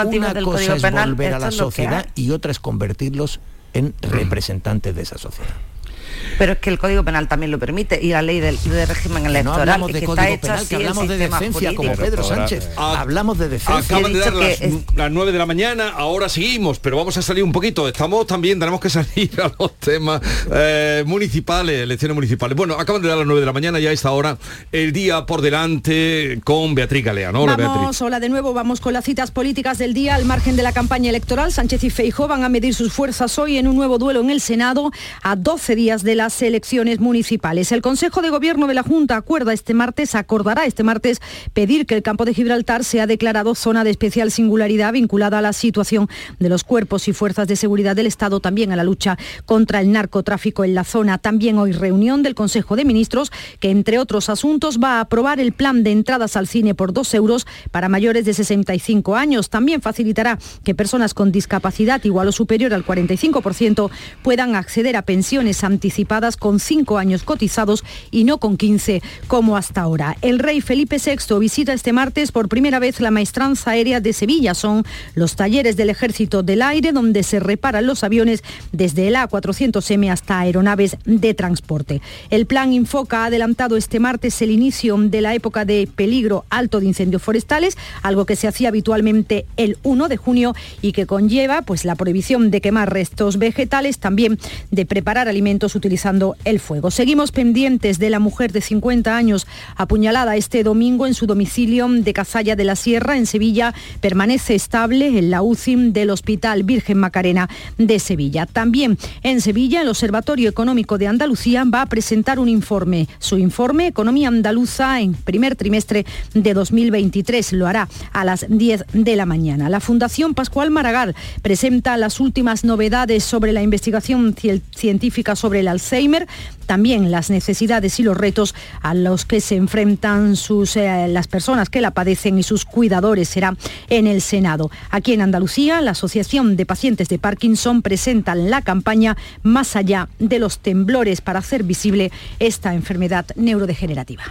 Una del cosa Código es Penal, volver a esto la es lo que sociedad hay. y otra es convertirlos en representantes de esa sociedad. Pero es que el Código Penal también lo permite y la ley de régimen No electoral, hablamos es de que Código está hecho Penal, así que el hablamos de sistema decencia como jurídico. Pedro Sánchez. Hablamos de decencia. Acaban de dar He dicho las 9 de la mañana, ahora seguimos, pero vamos a salir un poquito. Tenemos que salir a los temas municipales, elecciones municipales. Bueno, acaban de dar las 9 de la mañana, ya a esta hora, el día por delante con Beatriz Galeano. Hola, Beatriz. Hola de nuevo, vamos con las citas políticas del día. Al margen de la campaña electoral, Sánchez y Feijóo van a medir sus fuerzas hoy en un nuevo duelo en el Senado a 12 días de las elecciones municipales. El Consejo de Gobierno de la Junta acordará este martes pedir que el campo de Gibraltar sea declarado zona de especial singularidad vinculada a la situación de los cuerpos y fuerzas de seguridad del Estado, también a la lucha contra el narcotráfico en la zona. También hoy reunión del Consejo de Ministros que, entre otros asuntos, va a aprobar el plan de entradas al cine por 2 euros para mayores de 65 años. También facilitará que personas con discapacidad igual o superior al 45% puedan acceder a pensiones anticipadas con 5 años cotizados y no con 15 como hasta ahora. El rey Felipe VI visita este martes por primera vez la maestranza aérea de Sevilla. Son los talleres del Ejército del Aire donde se reparan los aviones desde el A400M hasta aeronaves de transporte. El plan Infoca ha adelantado este martes el inicio de la época de peligro alto de incendios forestales, algo que se hacía habitualmente el 1 de junio y que conlleva pues la prohibición de quemar restos vegetales, también de preparar alimentos utilizando el fuego. Seguimos pendientes de la mujer de 50 años apuñalada este domingo en su domicilio de Cazalla de la Sierra, en Sevilla. Permanece estable en la UCI del Hospital Virgen Macarena de Sevilla. También en Sevilla, el Observatorio Económico de Andalucía va a presentar su informe Economía Andaluza en primer trimestre de 2023. Lo hará a las 10 de la mañana. La Fundación Pascual Maragall presenta las últimas novedades sobre la investigación científica sobre el Alzheimer, también las necesidades y los retos a los que se enfrentan las personas que la padecen y sus cuidadores. Será en el Senado. Aquí en Andalucía, la Asociación de Pacientes de Parkinson presenta la campaña Más allá de los temblores para hacer visible esta enfermedad neurodegenerativa.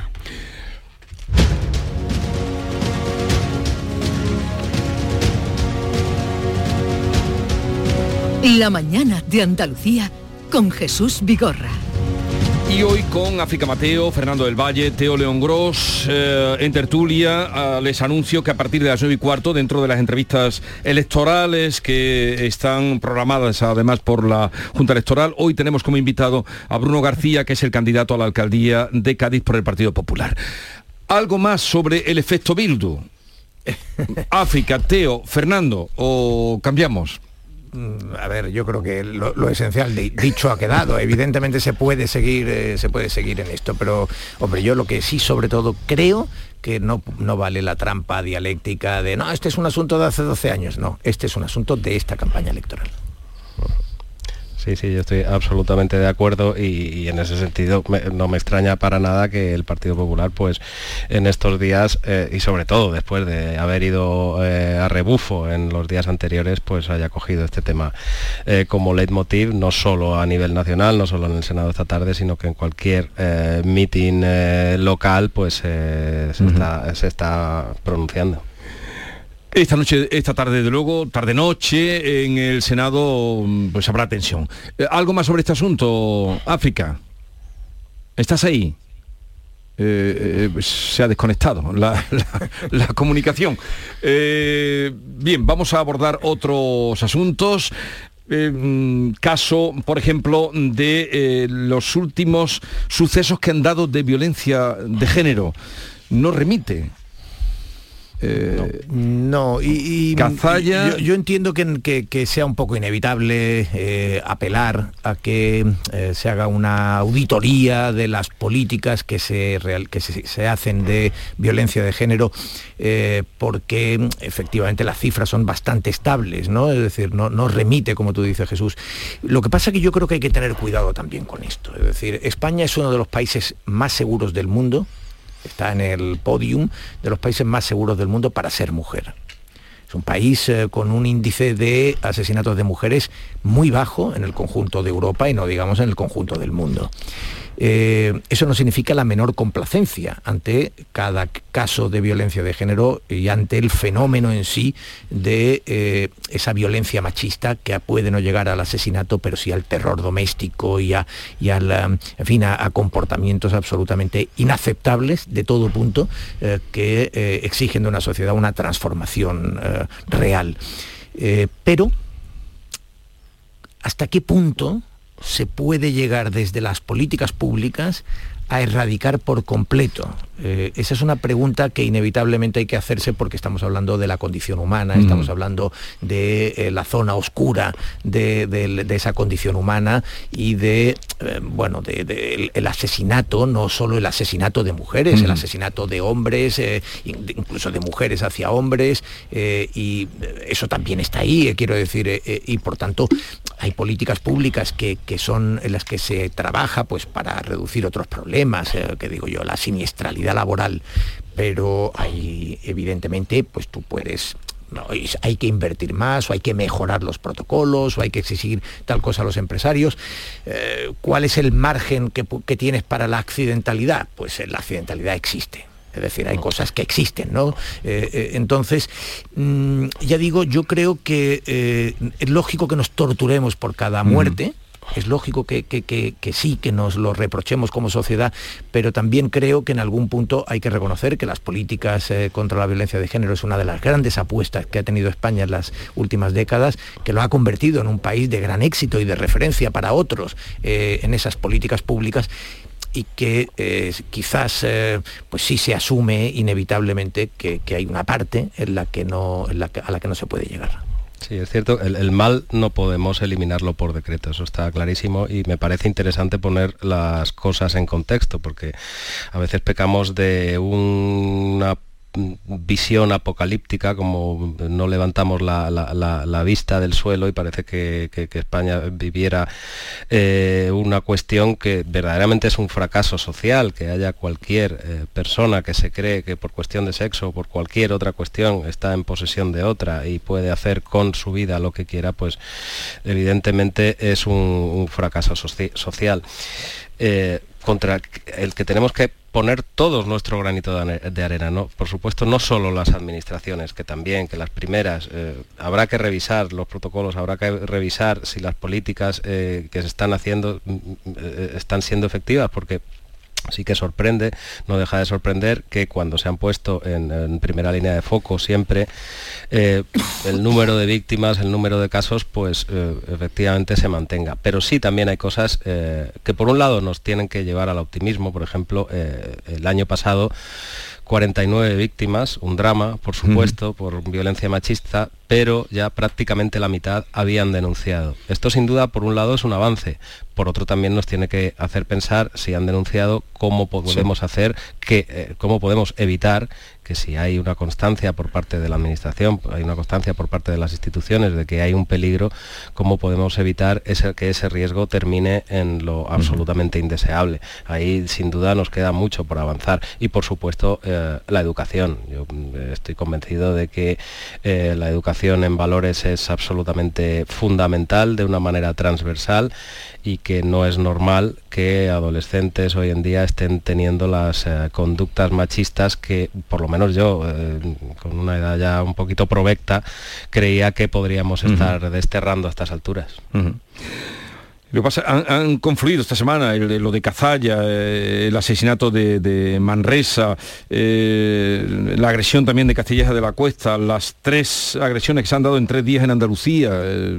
La mañana de Andalucía con Jesús Vigorra. Y hoy con África Mateo, Fernando del Valle, Teo León Gros, en tertulia. Les anuncio que a partir de las 9:15, dentro de las entrevistas electorales que están programadas además por la Junta Electoral, hoy tenemos como invitado a Bruno García, que es el candidato a la alcaldía de Cádiz por el Partido Popular. ¿Algo más sobre el efecto Bildu? África, Teo, Fernando, ¿o cambiamos? A ver, yo creo que lo esencial dicho ha quedado. Evidentemente se puede seguir en esto, pero hombre, yo lo que sí sobre todo creo que no vale la trampa dialéctica de no, este es un asunto de hace 12 años, no, este es un asunto de esta campaña electoral. Sí, yo estoy absolutamente de acuerdo y en ese sentido no me extraña para nada que el Partido Popular, pues en estos días y sobre todo después de haber ido a rebufo en los días anteriores, pues haya cogido este tema como leitmotiv, no solo a nivel nacional, no solo en el Senado esta tarde, sino que en cualquier meeting local, pues se está pronunciando. Esta tarde, de luego, tarde-noche, en el Senado, pues habrá tensión. ¿Algo más sobre este asunto, África? ¿Estás ahí? Se ha desconectado la comunicación. Bien, vamos a abordar otros asuntos. Caso, por ejemplo, de los últimos sucesos que han dado de violencia de género. No remite. No, y Cazalla. Yo entiendo que sea un poco inevitable apelar a que se haga una auditoría de las políticas que se hacen de violencia de género, porque efectivamente las cifras son bastante estables, ¿no? Es decir, no remite, como tú dices, Jesús. Lo que pasa es que yo creo que hay que tener cuidado también con esto. Es decir, España es uno de los países más seguros del mundo. Está en el podium de los países más seguros del mundo para ser mujer. Es un país con un índice de asesinatos de mujeres muy bajo en el conjunto de Europa y no digamos en el conjunto del mundo. Eso no significa la menor complacencia ante cada caso de violencia de género y ante el fenómeno en sí de esa violencia machista que puede no llegar al asesinato, pero sí al terror doméstico y a comportamientos absolutamente inaceptables de todo punto que exigen de una sociedad una transformación real. Pero ¿hasta qué punto se puede llegar desde las políticas públicas a erradicar por completo? Esa es una pregunta que inevitablemente hay que hacerse porque estamos hablando de la condición humana, estamos hablando de la zona oscura de esa condición humana y del asesinato, no solo el asesinato de mujeres, el asesinato de hombres, incluso de mujeres hacia hombres, y eso también está ahí, quiero decir, y por tanto hay políticas públicas que son en las que se trabaja pues para reducir otros problemas, que digo yo, la siniestralidad laboral, pero hay evidentemente, pues tú puedes, no, hay que invertir más, o hay que mejorar los protocolos, o hay que exigir tal cosa a los empresarios. ¿Cuál es el margen que tienes para la accidentalidad? Pues la accidentalidad existe. Es decir, hay cosas que existen, ¿no? Entonces, ya digo, yo creo que es lógico que nos torturemos por cada muerte. Es lógico que sí, que nos lo reprochemos como sociedad, pero también creo que en algún punto hay que reconocer que las políticas contra la violencia de género es una de las grandes apuestas que ha tenido España en las últimas décadas, que lo ha convertido en un país de gran éxito y de referencia para otros en esas políticas públicas, y que quizás pues sí se asume inevitablemente que hay una parte a la que no se puede llegar. Sí, es cierto, el mal no podemos eliminarlo por decreto, eso está clarísimo, y me parece interesante poner las cosas en contexto, porque a veces pecamos de una visión apocalíptica, como no levantamos la vista del suelo y parece que España viviera una cuestión que verdaderamente es un fracaso social, que haya cualquier persona que se cree que por cuestión de sexo o por cualquier otra cuestión está en posesión de otra y puede hacer con su vida lo que quiera, pues evidentemente es un fracaso social. Contra el que tenemos que poner todos nuestro granito de arena, ¿no? Por supuesto, no solo las administraciones, que también, que las primeras, habrá que revisar los protocolos, habrá que revisar si las políticas que se están haciendo están siendo efectivas, porque sí que sorprende, no deja de sorprender que cuando se han puesto en primera línea de foco siempre el número de víctimas, el número de casos, pues efectivamente se mantenga. Pero sí también hay cosas que por un lado nos tienen que llevar al optimismo. Por ejemplo, el año pasado 49 víctimas, un drama, por supuesto, por violencia machista, pero ya prácticamente la mitad habían denunciado. Esto sin duda, por un lado, es un avance. Por otro, también nos tiene que hacer pensar, si han denunciado, cómo podemos hacer, cómo podemos evitar que si hay una constancia por parte de la administración, hay una constancia por parte de las instituciones de que hay un peligro, cómo podemos evitar que ese riesgo termine en lo absolutamente indeseable. Ahí sin duda nos queda mucho por avanzar, y por supuesto la educación. Yo estoy convencido de que la educación en valores es absolutamente fundamental, de una manera transversal, y que no es normal que adolescentes hoy en día estén teniendo las conductas machistas que, por lo menos yo, con una edad ya un poquito provecta, creía que podríamos estar desterrando a estas alturas. Lo que pasa, han confluido esta semana lo de Cazalla, el asesinato de Manresa, la agresión también de Castilleja de la Cuesta, las 3 agresiones que se han dado en 3 días en Andalucía,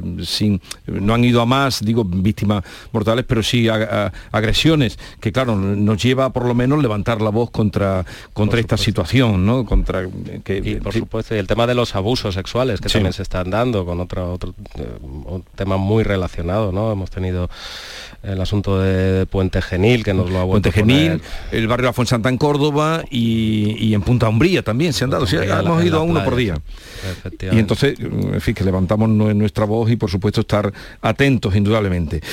no han ido a más, digo, víctimas mortales, pero sí agresiones, que claro, nos lleva a por lo menos levantar la voz contra esta situación, ¿no? Por supuesto, y el tema de los abusos sexuales que también se están dando, con otro tema muy relacionado, ¿no? Hemos tenido el asunto de Puente Genil, que nos lo ha vuelto Puente Genil, el barrio La Fuensanta en Córdoba y en Punta Umbría también se han dado. Hemos ido a uno por día. Y entonces, en fin, que levantamos nuestra voz y por supuesto estar atentos, indudablemente.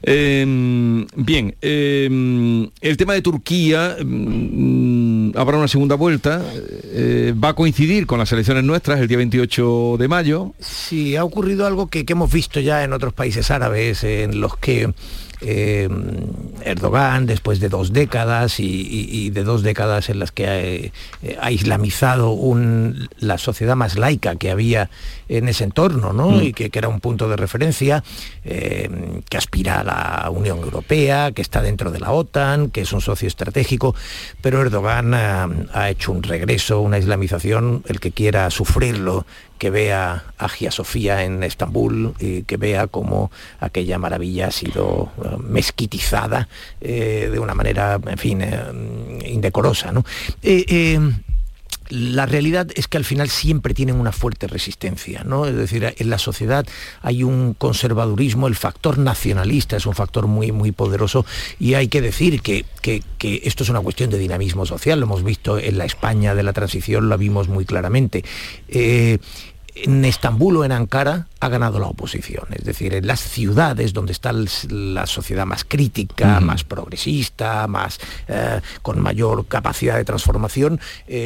Bien, el tema de Turquía, habrá una segunda vuelta, va a coincidir con las elecciones nuestras el día 28 de mayo. Sí, ha ocurrido algo que hemos visto ya en otros países árabes, en los que Erdogan, después de 2 décadas y de 2 décadas en las que ha islamizado la sociedad más laica que había en ese entorno, ¿no? Y que era un punto de referencia, que aspira a la Unión Europea, que está dentro de la OTAN, que es un socio estratégico, pero Erdogan ha hecho un regreso, una islamización. El que quiera sufrirlo, que vea a Hagia Sofía en Estambul y que vea cómo aquella maravilla ha sido mezquitizada de una manera, en fin, indecorosa, ¿no? La realidad es que al final siempre tienen una fuerte resistencia, ¿no? Es decir, en la sociedad hay un conservadurismo, el factor nacionalista es un factor muy, muy poderoso, y hay que decir que esto es una cuestión de dinamismo social. Lo hemos visto en la España de la transición, lo vimos muy claramente. En Estambul o en Ankara ha ganado la oposición, es decir, en las ciudades donde está la sociedad más crítica, más progresista, más con mayor capacidad de transformación,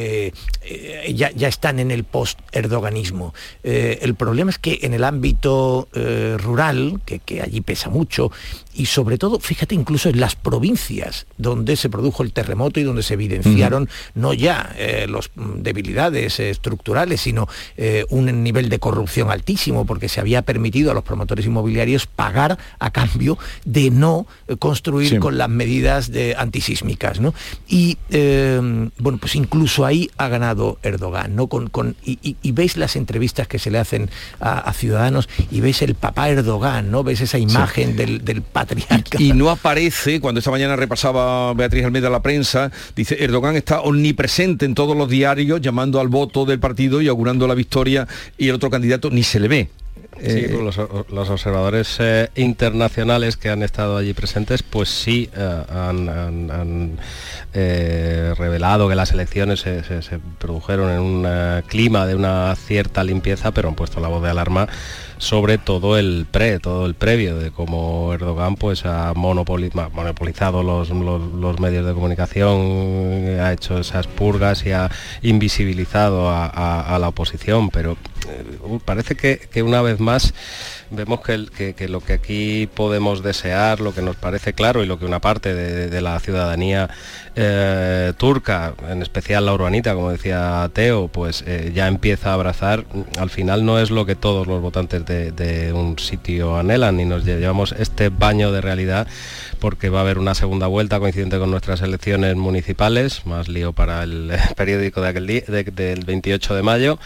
ya están en el post-erdoganismo. El problema es que en el ámbito rural, que allí pesa mucho, y sobre todo, fíjate, incluso en las provincias donde se produjo el terremoto y donde se evidenciaron no ya las debilidades estructurales, sino un nivel de corrupción altísimo, porque se había permitido a los promotores inmobiliarios pagar a cambio de no construir con las medidas antisísmicas, ¿no? Y bueno, pues incluso ahí ha ganado Erdogan, ¿no? Y veis las entrevistas que se le hacen a ciudadanos y veis el papá Erdogan, ¿no? Ves esa imagen del patriarca. Y no aparece, cuando esta mañana repasaba Beatriz Almeida la prensa, dice, Erdogan está omnipresente en todos los diarios, llamando al voto del partido y augurando la victoria, y el otro candidato ni se le ve. Sí, los observadores internacionales que han estado allí presentes, pues sí han revelado que las elecciones se produjeron en un clima de una cierta limpieza, pero han puesto la voz de alarma sobre todo el previo, de cómo Erdogan pues ha monopolizado los medios de comunicación, ha hecho esas purgas y ha invisibilizado a la oposición, pero parece que una vez más vemos que lo que aquí podemos desear, lo que nos parece claro y lo que una parte de la ciudadanía turca, en especial la urbanita, como decía Teo, pues ya empieza a abrazar, al final no es lo que todos los votantes de un sitio anhelan, y nos llevamos este baño de realidad porque va a haber una segunda vuelta coincidente con nuestras elecciones municipales, más lío para el periódico de aquel día, del 28 de mayo,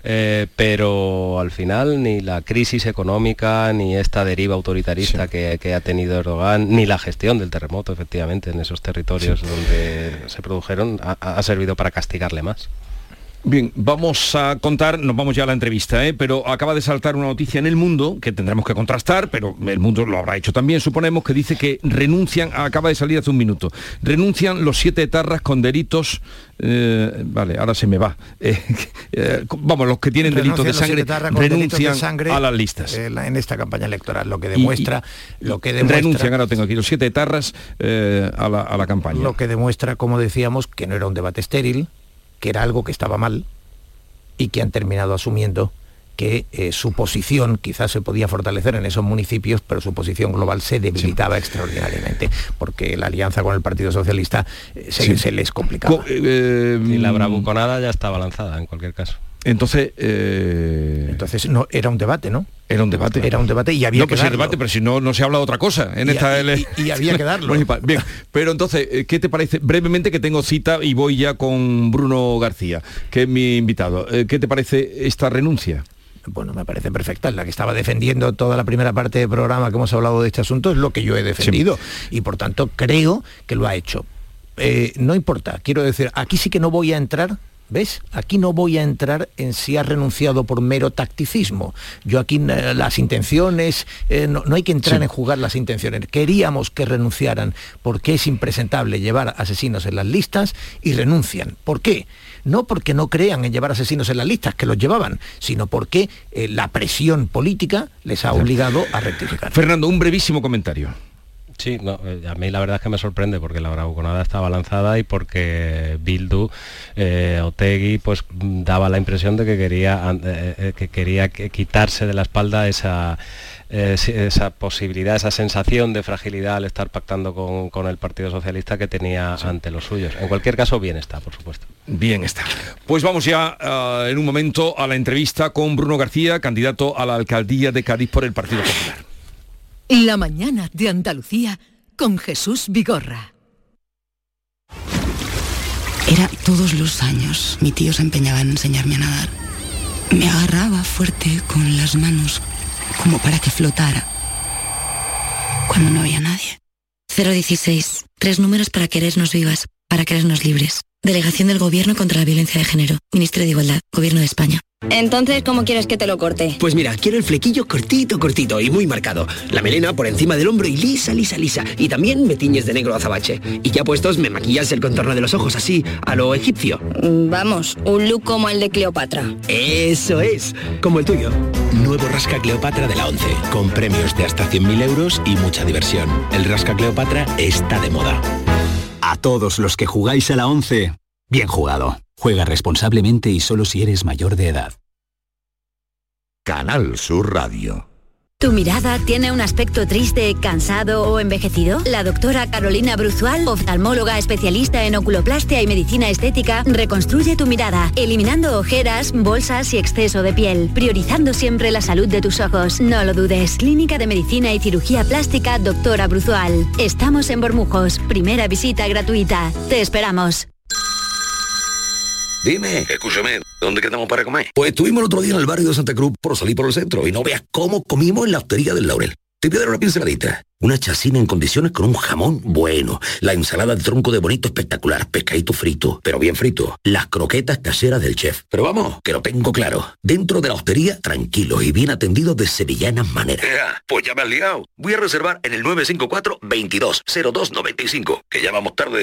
pero al final ni la crisis económica, ni esta deriva autoritarista que ha tenido Erdogan, ni la gestión del terremoto, efectivamente, en esos territorios donde se produjeron, ha servido para castigarle más. Bien, vamos a contar, nos vamos ya a la entrevista, pero acaba de saltar una noticia en El Mundo, que tendremos que contrastar, pero El Mundo lo habrá hecho también, suponemos, que dice que renuncian, acaba de salir hace un minuto, renuncian los 7 etarras con delitos, vale, ahora se me va, vamos, los que tienen delitos de sangre renuncian a las listas. En esta campaña electoral, lo que demuestra... renuncian, ahora tengo aquí, los 7 etarras a la campaña. Lo que demuestra, como decíamos, que no era un debate estéril, que era algo que estaba mal y que han terminado asumiendo que su posición quizás se podía fortalecer en esos municipios, pero su posición global se debilitaba extraordinariamente, porque la alianza con el Partido Socialista se les complicaba. Y la bravuconada ya estaba lanzada, en cualquier caso. Entonces no, era un debate, ¿no? Era un debate y había que darlo. Debate, pero si no se habla de otra cosa en y había que darlo. Bien, pero entonces, ¿qué te parece? Brevemente, que tengo cita y voy ya con Bruno García, que es mi invitado. ¿Qué te parece esta renuncia? Bueno, me parece perfecta. La que estaba defendiendo toda la primera parte del programa que hemos hablado de este asunto es lo que yo he defendido. Y por tanto creo que lo ha hecho. No importa, quiero decir, aquí sí que no voy a entrar. ¿Ves? Aquí no voy a entrar en si ha renunciado por mero tacticismo. Yo aquí las intenciones, no hay que entrar en jugar las intenciones. Queríamos que renunciaran porque es impresentable llevar asesinos en las listas y renuncian. ¿Por qué? No porque no crean en llevar asesinos en las listas, que los llevaban, sino porque la presión política les ha obligado a rectificar. Fernando, un brevísimo comentario. Sí, no, a mí la verdad es que me sorprende porque la bravuconada estaba lanzada y porque Bildu, Otegi, pues daba la impresión de que quería quitarse de la espalda esa posibilidad, esa sensación de fragilidad al estar pactando con el Partido Socialista que tenía ante los suyos. En cualquier caso, bien está, por supuesto. Bien está. Pues vamos ya en un momento a la entrevista con Bruno García, candidato a la alcaldía de Cádiz por el Partido Popular. La mañana de Andalucía con Jesús Vigorra. Era todos los años. Mi tío se empeñaba en enseñarme a nadar. Me agarraba fuerte con las manos como para que flotara cuando no había nadie. 016. 3 números para querernos vivas, para querernos libres. Delegación del Gobierno contra la Violencia de Género. Ministerio de Igualdad. Gobierno de España. Entonces, ¿cómo quieres que te lo corte? Pues mira, quiero el flequillo cortito y muy marcado. La melena por encima del hombro y lisa. Y también me tiñes de negro azabache. Y ya puestos, me maquillas el contorno de los ojos así, a lo egipcio. Vamos, un look como el de Cleopatra. Eso es, como el tuyo. Nuevo Rasca Cleopatra de la 11, con premios de hasta 100.000 euros y mucha diversión. El Rasca Cleopatra está de moda. A todos los que jugáis a la 11, bien jugado. Juega responsablemente y solo si eres mayor de edad. Canal Sur Radio. ¿Tu mirada tiene un aspecto triste, cansado o envejecido? La doctora Carolina Bruzual, oftalmóloga especialista en oculoplastia y medicina estética, reconstruye tu mirada, eliminando ojeras, bolsas y exceso de piel, priorizando siempre la salud de tus ojos. No lo dudes. Clínica de Medicina y Cirugía Plástica Doctora Bruzual. Estamos en Bormujos. Primera visita gratuita. Te esperamos. Dime, escúchame, ¿dónde quedamos para comer? Pues estuvimos el otro día en el barrio de Santa Cruz por salir por el centro y no veas cómo comimos en la hostería del Laurel. Te voy a dar una pinceladita. Una chacina en condiciones con un jamón bueno. La ensalada de tronco de bonito espectacular. Pescadito frito, pero bien frito. Las croquetas caseras del chef. Pero vamos, que lo tengo claro. Dentro de la hostería, tranquilos y bien atendidos de sevillanas maneras. Pues ya me has liado. Voy a reservar en el 954-220295, que ya vamos tarde.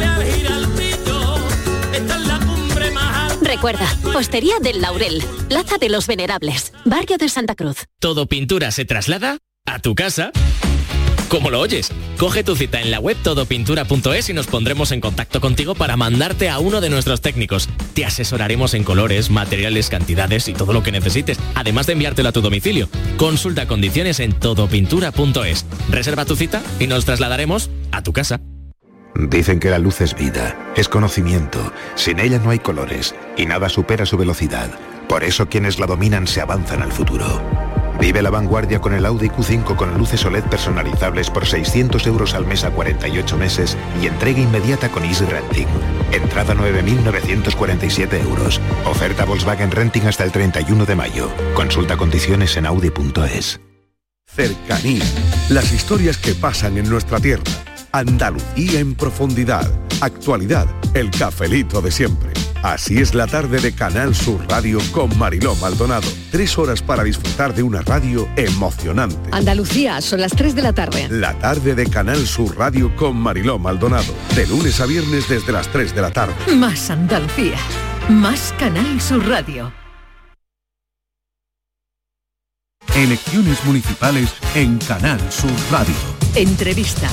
Recuerda, Hostería del Laurel, Plaza de los Venerables, Barrio de Santa Cruz. Todo Pintura se traslada a tu casa. ¿Cómo lo oyes? Coge tu cita en la web todopintura.es y nos pondremos en contacto contigo para mandarte a uno de nuestros técnicos. Te asesoraremos en colores, materiales, cantidades y todo lo que necesites, además de enviártelo a tu domicilio. Consulta condiciones en todopintura.es. Reserva tu cita y nos trasladaremos a tu casa. Dicen que la luz es vida, es conocimiento, sin ella no hay colores y nada supera su velocidad. Por eso quienes la dominan se avanzan al futuro. Vive la vanguardia con el Audi Q5 con luces OLED personalizables por 600 euros al mes a 48 meses y entrega inmediata con Easy Renting. Entrada 9.947 euros. Oferta Volkswagen Renting hasta el 31 de mayo. Consulta condiciones en audi.es. Cercanía. Las historias que pasan en nuestra tierra. Andalucía en profundidad. Actualidad, el cafelito de siempre. Así es la tarde de Canal Sur Radio con Mariló Maldonado. 3 horas para disfrutar de una radio emocionante. Andalucía, son las 3 de la tarde. La tarde de Canal Sur Radio con Mariló Maldonado. De lunes a viernes desde las 3 de la tarde. Más Andalucía. Más Canal Sur Radio. Elecciones municipales en Canal Sur Radio. Entrevista.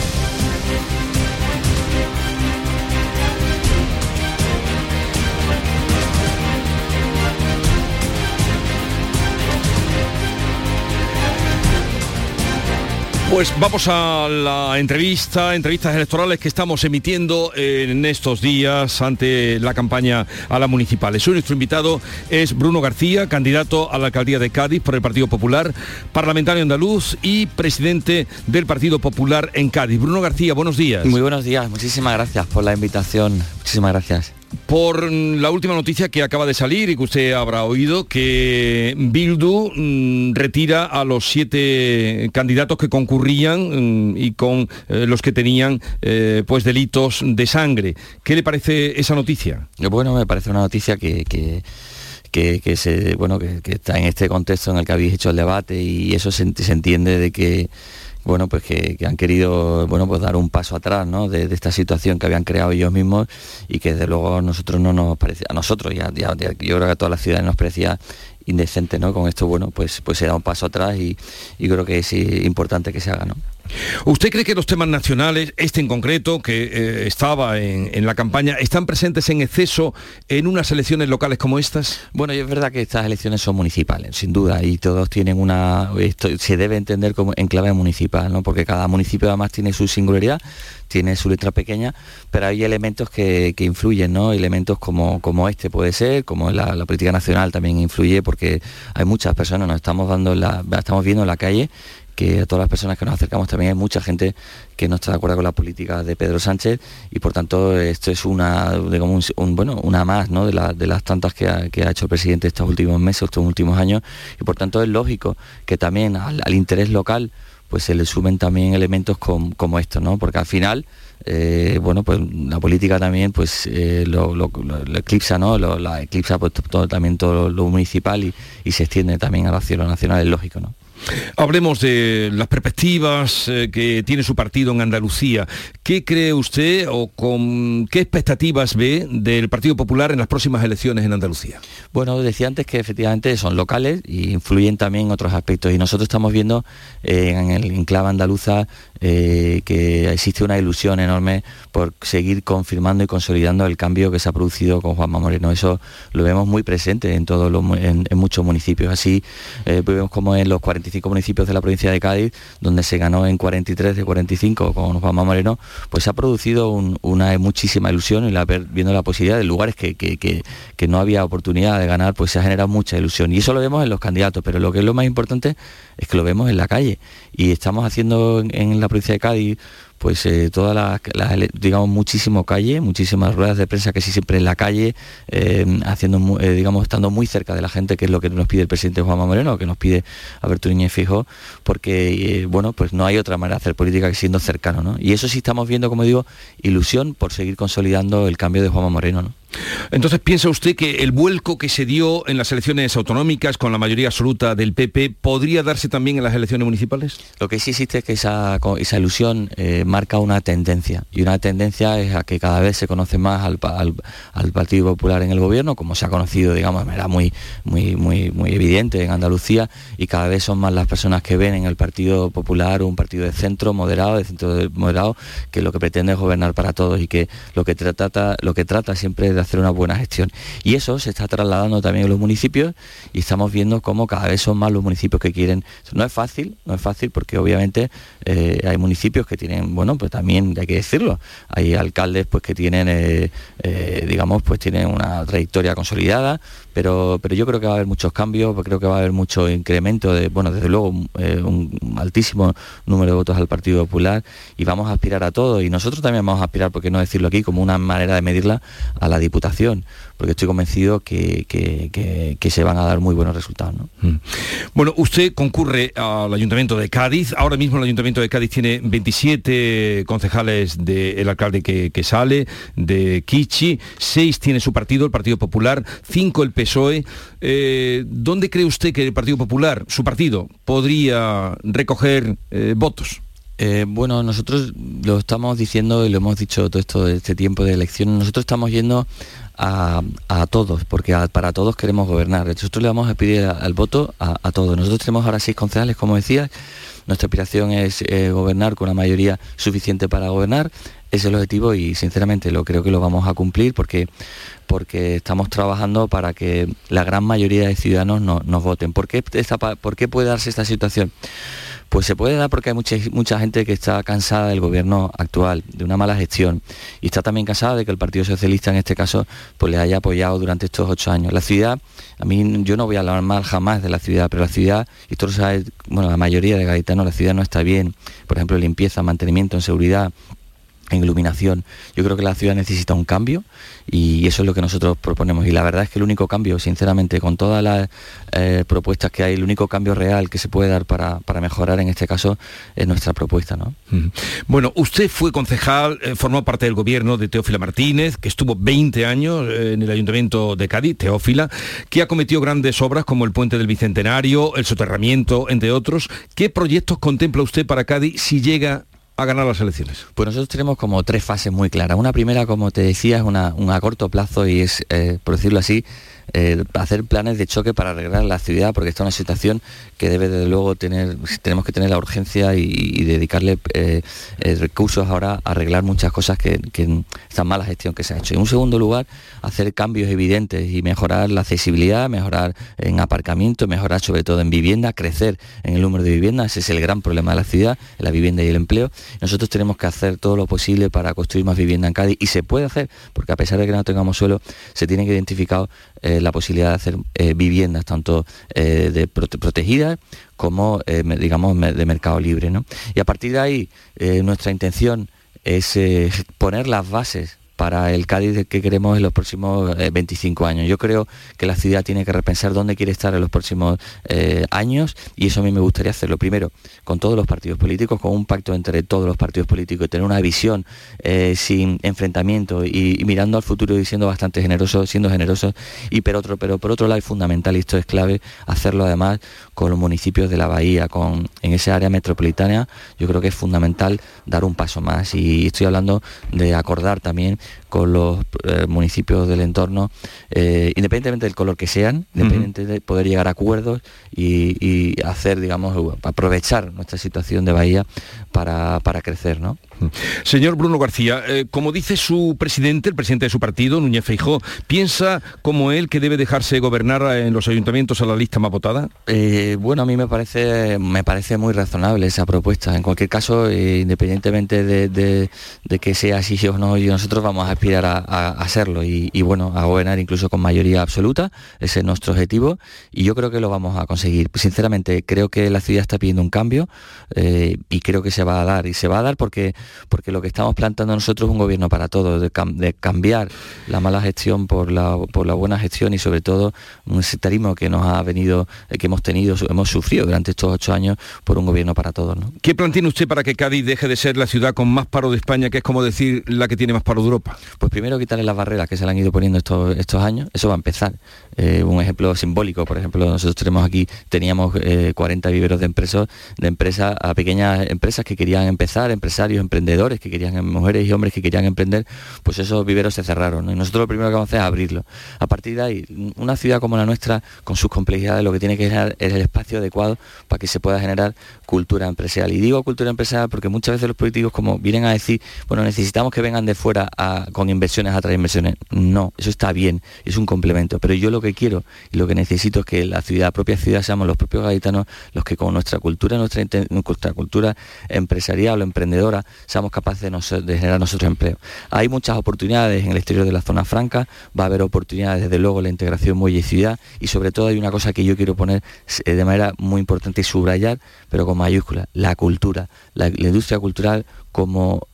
Pues vamos a la entrevistas electorales que estamos emitiendo en estos días ante la campaña a las municipales. Hoy nuestro invitado es Bruno García, candidato a la alcaldía de Cádiz por el Partido Popular, parlamentario andaluz y presidente del Partido Popular en Cádiz. Bruno García, buenos días. Muy buenos días, muchísimas gracias por la invitación, muchísimas gracias. Por la última noticia que acaba de salir y que usted habrá oído, que Bildu retira a los 7 candidatos que concurrían y con los que tenían pues delitos de sangre. ¿Qué le parece esa noticia? Bueno, me parece una noticia que está en este contexto en el que habéis hecho el debate, y eso se entiende de que bueno, pues que han querido, bueno, pues dar un paso atrás, ¿no?, de esta situación que habían creado ellos mismos, y que desde luego a nosotros no nos parece, a nosotros ya yo creo que a toda la ciudad nos parecía indecente, ¿no? Con esto, bueno, pues se da un paso atrás y creo que es importante que se haga, ¿no? ¿Usted cree que los temas nacionales, este en concreto, que estaba en la campaña, están presentes en exceso en unas elecciones locales como estas? Bueno, es verdad que estas elecciones son municipales, sin duda, y todos tienen esto se debe entender como en clave municipal, ¿no? Porque cada municipio además tiene su singularidad, tiene su letra pequeña, pero hay elementos que influyen, ¿no? Elementos como este puede ser, como la política nacional también influye, porque hay muchas personas, nos estamos viendo en la calle, que a todas las personas que nos acercamos también hay mucha gente que no está de acuerdo con la política de Pedro Sánchez, y por tanto esto es una más, ¿no? de las tantas que ha hecho el presidente estos últimos meses, estos últimos años, y por tanto es lógico que también al interés local pues se le sumen también elementos como estos, ¿no? Porque al final pues la política también pues lo eclipsa, ¿no? La eclipsa pues también todo lo municipal y se extiende también a la ciudad nacional, es lógico, ¿no? Hablemos de las perspectivas que tiene su partido en Andalucía. ¿Qué cree usted o con qué expectativas ve del Partido Popular en las próximas elecciones en Andalucía? Bueno, decía antes que efectivamente son locales y influyen también en otros aspectos, y nosotros estamos viendo en el enclave andaluza que existe una ilusión enorme por seguir confirmando y consolidando el cambio que se ha producido con Juanma Moreno. Eso lo vemos muy presente en muchos municipios. Así vemos como en los 45 municipios de la provincia de Cádiz, donde se ganó en 43 de 45 con Juanma Moreno, pues se ha producido una muchísima ilusión, y viendo la posibilidad de lugares que no había oportunidad de ganar, pues se ha generado mucha ilusión, y eso lo vemos en los candidatos, pero lo que es lo más importante es que lo vemos en la calle, y estamos haciendo en la provincia de Cádiz pues digamos muchísimas ruedas de prensa, que sí, siempre en la calle, estando muy cerca de la gente, que es lo que nos pide el presidente Juanma Moreno, que nos pide Alberto Núñez Feijóo, porque pues no hay otra manera de hacer política que siendo cercano, ¿no? Y eso sí estamos viendo, como digo, ilusión por seguir consolidando el cambio de Juanma Moreno, ¿no? Entonces, ¿piensa usted que el vuelco que se dio en las elecciones autonómicas con la mayoría absoluta del PP podría darse también en las elecciones municipales? Lo que sí existe es que esa ilusión marca una tendencia, y una tendencia es a que cada vez se conoce más al Partido Popular en el gobierno, como se ha conocido, digamos, de manera muy evidente en Andalucía, y cada vez son más las personas que ven en el Partido Popular un partido de centro moderado, que lo que pretende es gobernar para todos, y que lo que trata siempre es de hacer una buena gestión. Y eso se está trasladando también a los municipios, y estamos viendo cómo cada vez son más los municipios que quieren. No es fácil porque obviamente hay municipios que tienen, pues también hay que decirlo, hay alcaldes pues que tienen tienen una trayectoria consolidada, pero yo creo que va a haber muchos cambios, creo que va a haber mucho incremento desde luego un altísimo número de votos al Partido Popular, y vamos a aspirar a todo, y nosotros también vamos a aspirar, por qué no decirlo aquí, como una manera de medirla, a la Diputación, porque estoy convencido que se van a dar muy buenos resultados, ¿no? Bueno, usted concurre al Ayuntamiento de Cádiz. Ahora mismo el Ayuntamiento de Cádiz tiene 27 concejales del alcalde que sale, de Kichi, 6 tiene su partido, el Partido Popular, 5 el PSOE. ¿Dónde cree usted que el Partido Popular, su partido, podría recoger votos? Nosotros lo estamos diciendo y lo hemos dicho todo este tiempo de elecciones. Nosotros estamos yendo a todos, porque para todos queremos gobernar. Nosotros le vamos a pedir el voto a todos. Nosotros tenemos ahora 6 concejales, como decía. Nuestra aspiración es gobernar con una mayoría suficiente para gobernar. Ese es el objetivo, y sinceramente creo que lo vamos a cumplir, porque estamos trabajando para que la gran mayoría de ciudadanos nos voten. ¿Por qué puede darse esta situación? Pues se puede dar porque hay mucha gente que está cansada del gobierno actual, de una mala gestión, y está también cansada de que el Partido Socialista, en este caso, pues le haya apoyado durante estos 8 años. La ciudad, yo no voy a hablar mal jamás de la ciudad, pero la ciudad, y tú lo sabes, la mayoría de gaditanos, la ciudad no está bien, por ejemplo, en limpieza, mantenimiento, en seguridad, en iluminación. Yo creo que la ciudad necesita un cambio, y eso es lo que nosotros proponemos, y la verdad es que el único cambio, sinceramente, con todas las propuestas que hay, el único cambio real que se puede dar para mejorar en este caso es nuestra propuesta, ¿no? Bueno, usted fue concejal, formó parte del gobierno de Teófila Martínez, que estuvo 20 años en el Ayuntamiento de Cádiz, Teófila, que ha cometido grandes obras como el Puente del Bicentenario, el soterramiento, entre otros. ¿Qué proyectos contempla usted para Cádiz si llega a ganar las elecciones? Pues nosotros tenemos como 3 fases muy claras. Una primera, como te decía, es una a corto plazo, y es, por decirlo así, hacer planes de choque para arreglar la ciudad, porque está en una situación que debe desde luego tenemos que tener la urgencia y dedicarle recursos ahora a arreglar muchas cosas que esta mala gestión que se ha hecho. En un segundo lugar, hacer cambios evidentes y mejorar la accesibilidad, mejorar en aparcamiento, mejorar sobre todo en vivienda, crecer en el número de viviendas. Ese es el gran problema de la ciudad, la vivienda y el empleo. Nosotros tenemos que hacer todo lo posible para construir más vivienda en Cádiz, y se puede hacer, porque a pesar de que no tengamos suelo, se tiene que identificar la posibilidad de hacer viviendas tanto protegidas como digamos de mercado libre, ¿no? Y a partir de ahí nuestra intención es poner las bases para el Cádiz que queremos en los próximos 25 años. Yo creo que la ciudad tiene que repensar dónde quiere estar en los próximos años, y eso a mí me gustaría hacerlo primero con todos los partidos políticos, con un pacto entre todos los partidos políticos, y tener una visión sin enfrentamiento y mirando al futuro y siendo bastante generosos, pero por otro lado es fundamental, y esto es clave, hacerlo además con los municipios de la bahía, en esa área metropolitana. Yo creo que es fundamental dar un paso más, y estoy hablando de acordar también con los municipios del entorno, independientemente del color que sean, independientemente de poder llegar a acuerdos y hacer, digamos, aprovechar nuestra situación de bahía para crecer, ¿no? Señor Bruno García, como dice su presidente, el presidente de su partido, Núñez Feijóo, ¿piensa como él que debe dejarse gobernar en los ayuntamientos a la lista más votada? Bueno, a mí me parece muy razonable esa propuesta. En cualquier caso, independientemente de que sea así o no, nosotros vamos a aspirar a hacerlo y bueno, a gobernar incluso con mayoría absoluta. Ese es nuestro objetivo y yo creo que lo vamos a conseguir. Sinceramente, creo que la ciudad está pidiendo un cambio y creo que se va a dar. Y se va a dar porque lo que estamos planteando nosotros es un gobierno para todos, de cambiar la mala gestión por la buena gestión y sobre todo un sectarismo que nos ha venido, que hemos sufrido durante estos 8 años por un gobierno para todos, ¿no? ¿Qué plan tiene usted para que Cádiz deje de ser la ciudad con más paro de España, que es como decir la que tiene más paro de Europa? Pues primero quitarle las barreras que se le han ido poniendo estos años, eso va a empezar. Un ejemplo simbólico, por ejemplo, nosotros teníamos 40 viveros de empresas a pequeñas empresas que querían empezar, empresarios, emprendedores que querían, mujeres y hombres que querían emprender, pues esos viveros se cerraron, ¿no? Y nosotros lo primero que vamos a hacer es abrirlo. A partir de ahí, una ciudad como la nuestra, con sus complejidades, lo que tiene que generar es el espacio adecuado para que se pueda generar cultura empresarial. Y digo cultura empresarial porque muchas veces los políticos como vienen a decir, bueno, necesitamos que vengan de fuera con inversiones a traer inversiones. No, eso está bien, es un complemento, pero yo lo que quiero y lo que necesito es que la propia ciudad, seamos los propios gaditanos los que con nuestra cultura empresarial o emprendedora seamos capaces de generar nosotros empleo. Hay muchas oportunidades en el exterior de la zona franca, va a haber oportunidades desde luego en la integración muelle y ciudad, y sobre todo hay una cosa que yo quiero poner de manera muy importante y subrayar, pero con mayúsculas: la cultura, la industria cultural como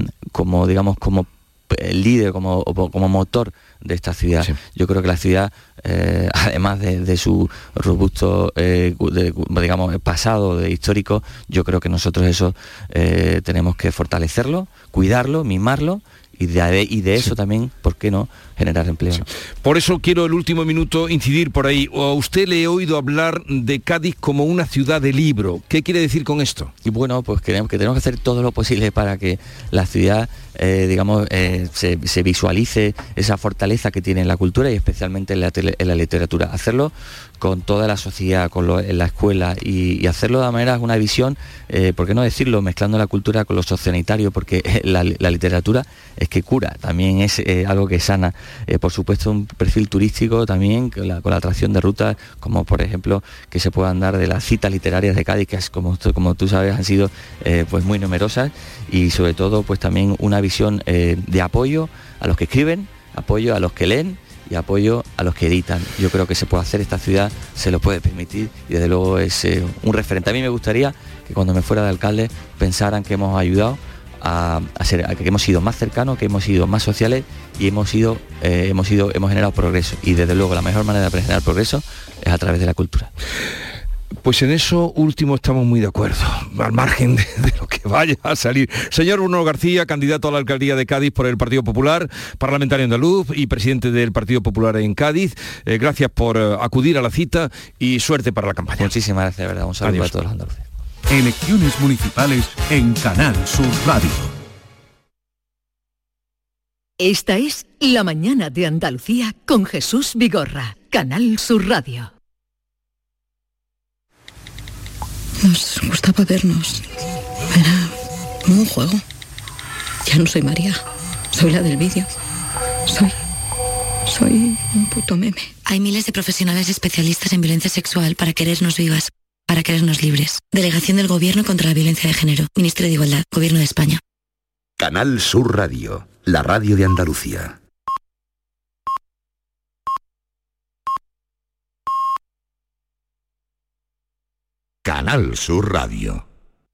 líder, como motor de esta ciudad. Sí. Yo creo que la ciudad, además de su robusto pasado histórico, yo creo que nosotros eso tenemos que fortalecerlo, cuidarlo, mimarlo, y de eso también, ¿por qué no?, generar empleo. Sí. Por eso quiero el último minuto incidir por ahí. A usted le he oído hablar de Cádiz como una ciudad de libro. ¿Qué quiere decir con esto? Y bueno, pues tenemos que hacer todo lo posible para que la ciudad, se visualice esa fortaleza que tiene en la cultura y especialmente en la literatura. Hacerlo con toda la sociedad, en la escuela y hacerlo de manera, una visión, ¿por qué no decirlo?, mezclando la cultura con lo sociosanitario, porque la literatura es que cura, también es algo que sana. Por supuesto, un perfil turístico también, con la atracción de rutas, como por ejemplo que se puedan dar de las citas literarias de Cádiz, que como tú sabes han sido pues muy numerosas, y sobre todo pues también una visión de apoyo a los que escriben, apoyo a los que leen y apoyo a los que editan. Yo creo que se puede hacer, esta ciudad se lo puede permitir y desde luego es un referente. A mí me gustaría que cuando me fuera de alcalde pensaran que hemos ayudado a que hemos sido más cercanos, que hemos sido más sociales y hemos generado progreso, y desde luego la mejor manera de generar progreso es a través de la cultura. Pues en eso último estamos muy de acuerdo, al margen de lo que vaya a salir. Señor Bruno García, candidato a la alcaldía de Cádiz por el Partido Popular, parlamentario andaluz y presidente del Partido Popular en Cádiz, gracias por acudir a la cita y suerte para la campaña. Muchísimas gracias, de verdad. Un saludo a todos los andaluces. Elecciones municipales en Canal Sur Radio. Esta es La mañana de Andalucía con Jesús Vigorra, Canal Sur Radio. Nos gustaba vernos. Era como un juego. Ya no soy María, soy la del vídeo. Soy un puto meme. Hay miles de profesionales especialistas en violencia sexual para querernos vivas, para querernos libres. Delegación del Gobierno contra la Violencia de Género. Ministerio de Igualdad. Gobierno de España. Canal Sur Radio, la radio de Andalucía. Canal Sur Radio.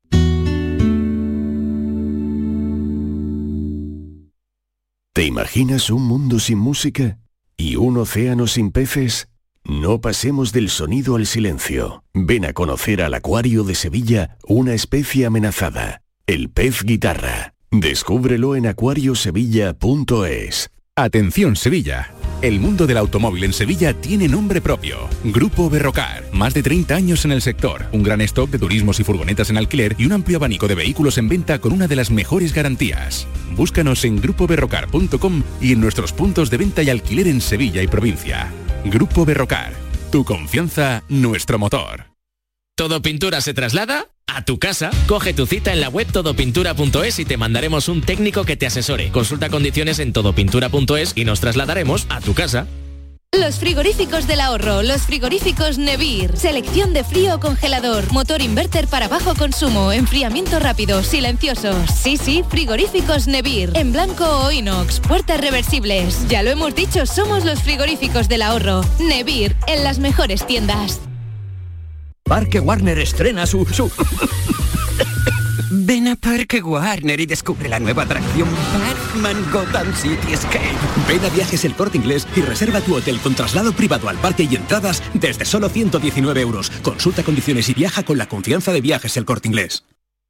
¿Te imaginas un mundo sin música? ¿Y un océano sin peces? No pasemos del sonido al silencio. Ven a conocer al Acuario de Sevilla, una especie amenazada, el pez guitarra. Descúbrelo en acuariosevilla.es. Atención Sevilla. El mundo del automóvil en Sevilla tiene nombre propio. Grupo Berrocar. Más de 30 años en el sector. Un gran stock de turismos y furgonetas en alquiler y un amplio abanico de vehículos en venta con una de las mejores garantías. Búscanos en grupoberrocar.com y en nuestros puntos de venta y alquiler en Sevilla y provincia. Grupo Berrocar. Tu confianza, nuestro motor. ¿Todo Pintura se traslada? A tu casa. Coge tu cita en la web todopintura.es y te mandaremos un técnico que te asesore. Consulta condiciones en todopintura.es y nos trasladaremos a tu casa. Los frigoríficos del ahorro, los frigoríficos Nevir. Selección de frío o congelador, motor inverter para bajo consumo, enfriamiento rápido, silenciosos. Sí, frigoríficos Nevir. En blanco o inox, puertas reversibles. Ya lo hemos dicho, somos los frigoríficos del ahorro. Nevir, en las mejores tiendas. Parque Warner estrena su... Ven a Parque Warner y descubre la nueva atracción Batman Gotham City Escape. Ven a Viajes El Corte Inglés y reserva tu hotel con traslado privado al parque y entradas desde solo 119 euros. Consulta condiciones y viaja con la confianza de Viajes El Corte Inglés.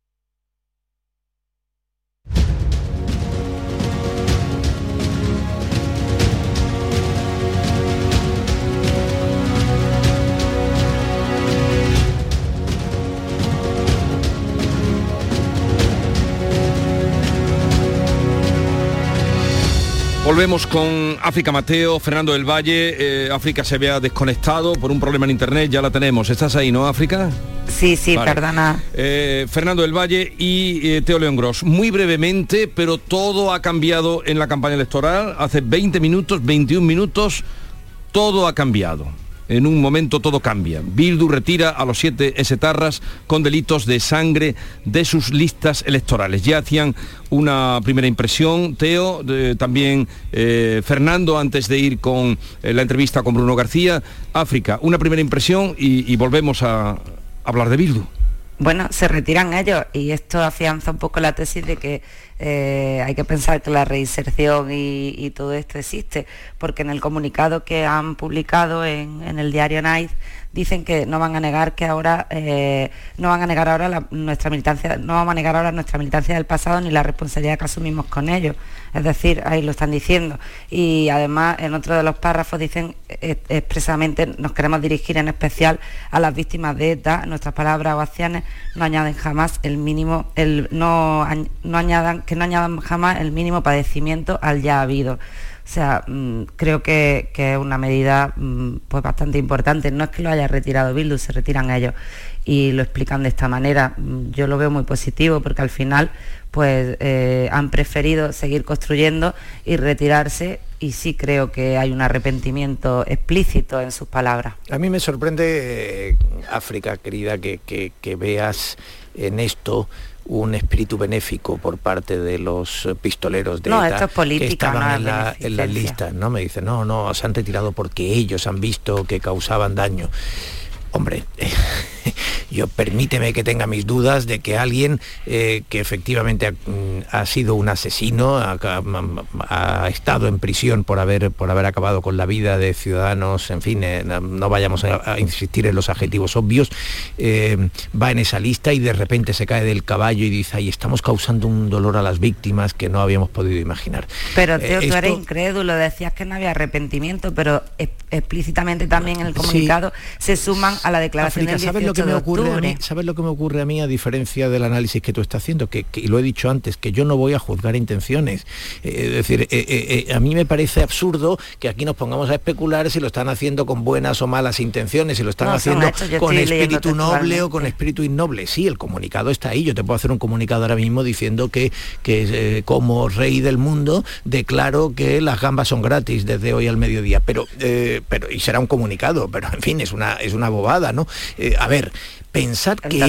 Volvemos con África Mateo, Fernando del Valle. África se había desconectado por un problema en internet, ya la tenemos. ¿Estás ahí, no, África? Sí, vale. Perdona. Fernando del Valle y Teo León Gros. Muy brevemente, pero todo ha cambiado en la campaña electoral. Hace 20 minutos, 21 minutos, todo ha cambiado. En un momento todo cambia. Bildu retira a los 7 esetarras con delitos de sangre de sus listas electorales. Ya hacían una primera impresión, Teo, también Fernando, antes de ir con la entrevista con Bruno García. África, una primera impresión y volvemos a hablar de Bildu. Bueno, se retiran ellos y esto afianza un poco la tesis de que hay que pensar que la reinserción y todo esto existe, porque en el comunicado que han publicado en el diario Night dicen que no van a negar que ahora nuestra militancia del pasado ni la responsabilidad que asumimos con ellos. Es decir, ahí lo están diciendo. Y además en otro de los párrafos dicen expresamente: nos queremos dirigir en especial a las víctimas de ETA. Nuestras palabras o acciones no añaden jamás que no añadan jamás el mínimo padecimiento al ya habido. O sea, creo que es una medida pues bastante importante. No es que lo haya retirado Bildu, se retiran ellos y lo explican de esta manera. Yo lo veo muy positivo porque al final pues han preferido seguir construyendo y retirarse, y sí creo que hay un arrepentimiento explícito en sus palabras. A mí me sorprende, África, querida, que veas en esto un espíritu benéfico por parte de los pistoleros de ETA, esto es política, que estaban en las listas, ¿no? Me dicen, no, se han retirado porque ellos han visto que causaban daño. Hombre, yo permíteme que tenga mis dudas de que alguien que efectivamente ha sido un asesino, ha estado en prisión por haber acabado con la vida de ciudadanos, en fin, no vayamos a insistir en los adjetivos obvios, va en esa lista y de repente se cae del caballo y dice: ahí estamos causando un dolor a las víctimas que no habíamos podido imaginar. Pero Teo, tú eres incrédulo, decías que no había arrepentimiento, pero explícitamente también en el comunicado se suman a la declaración del 18 lo que me ocurre a mí? ¿Sabes lo que me ocurre a mí, a diferencia del análisis que tú estás haciendo? Que lo he dicho antes, que yo no voy a juzgar intenciones. Es decir, a mí me parece absurdo que aquí nos pongamos a especular si lo están haciendo con buenas o malas intenciones, si lo están haciendo con espíritu noble o con espíritu innoble. Sí, el comunicado está ahí. Yo te puedo hacer un comunicado ahora mismo diciendo que como rey del mundo declaro que las gambas son gratis desde hoy al mediodía, pero y será un comunicado, pero en fin, es una bobada, ¿no? A ver, pensar que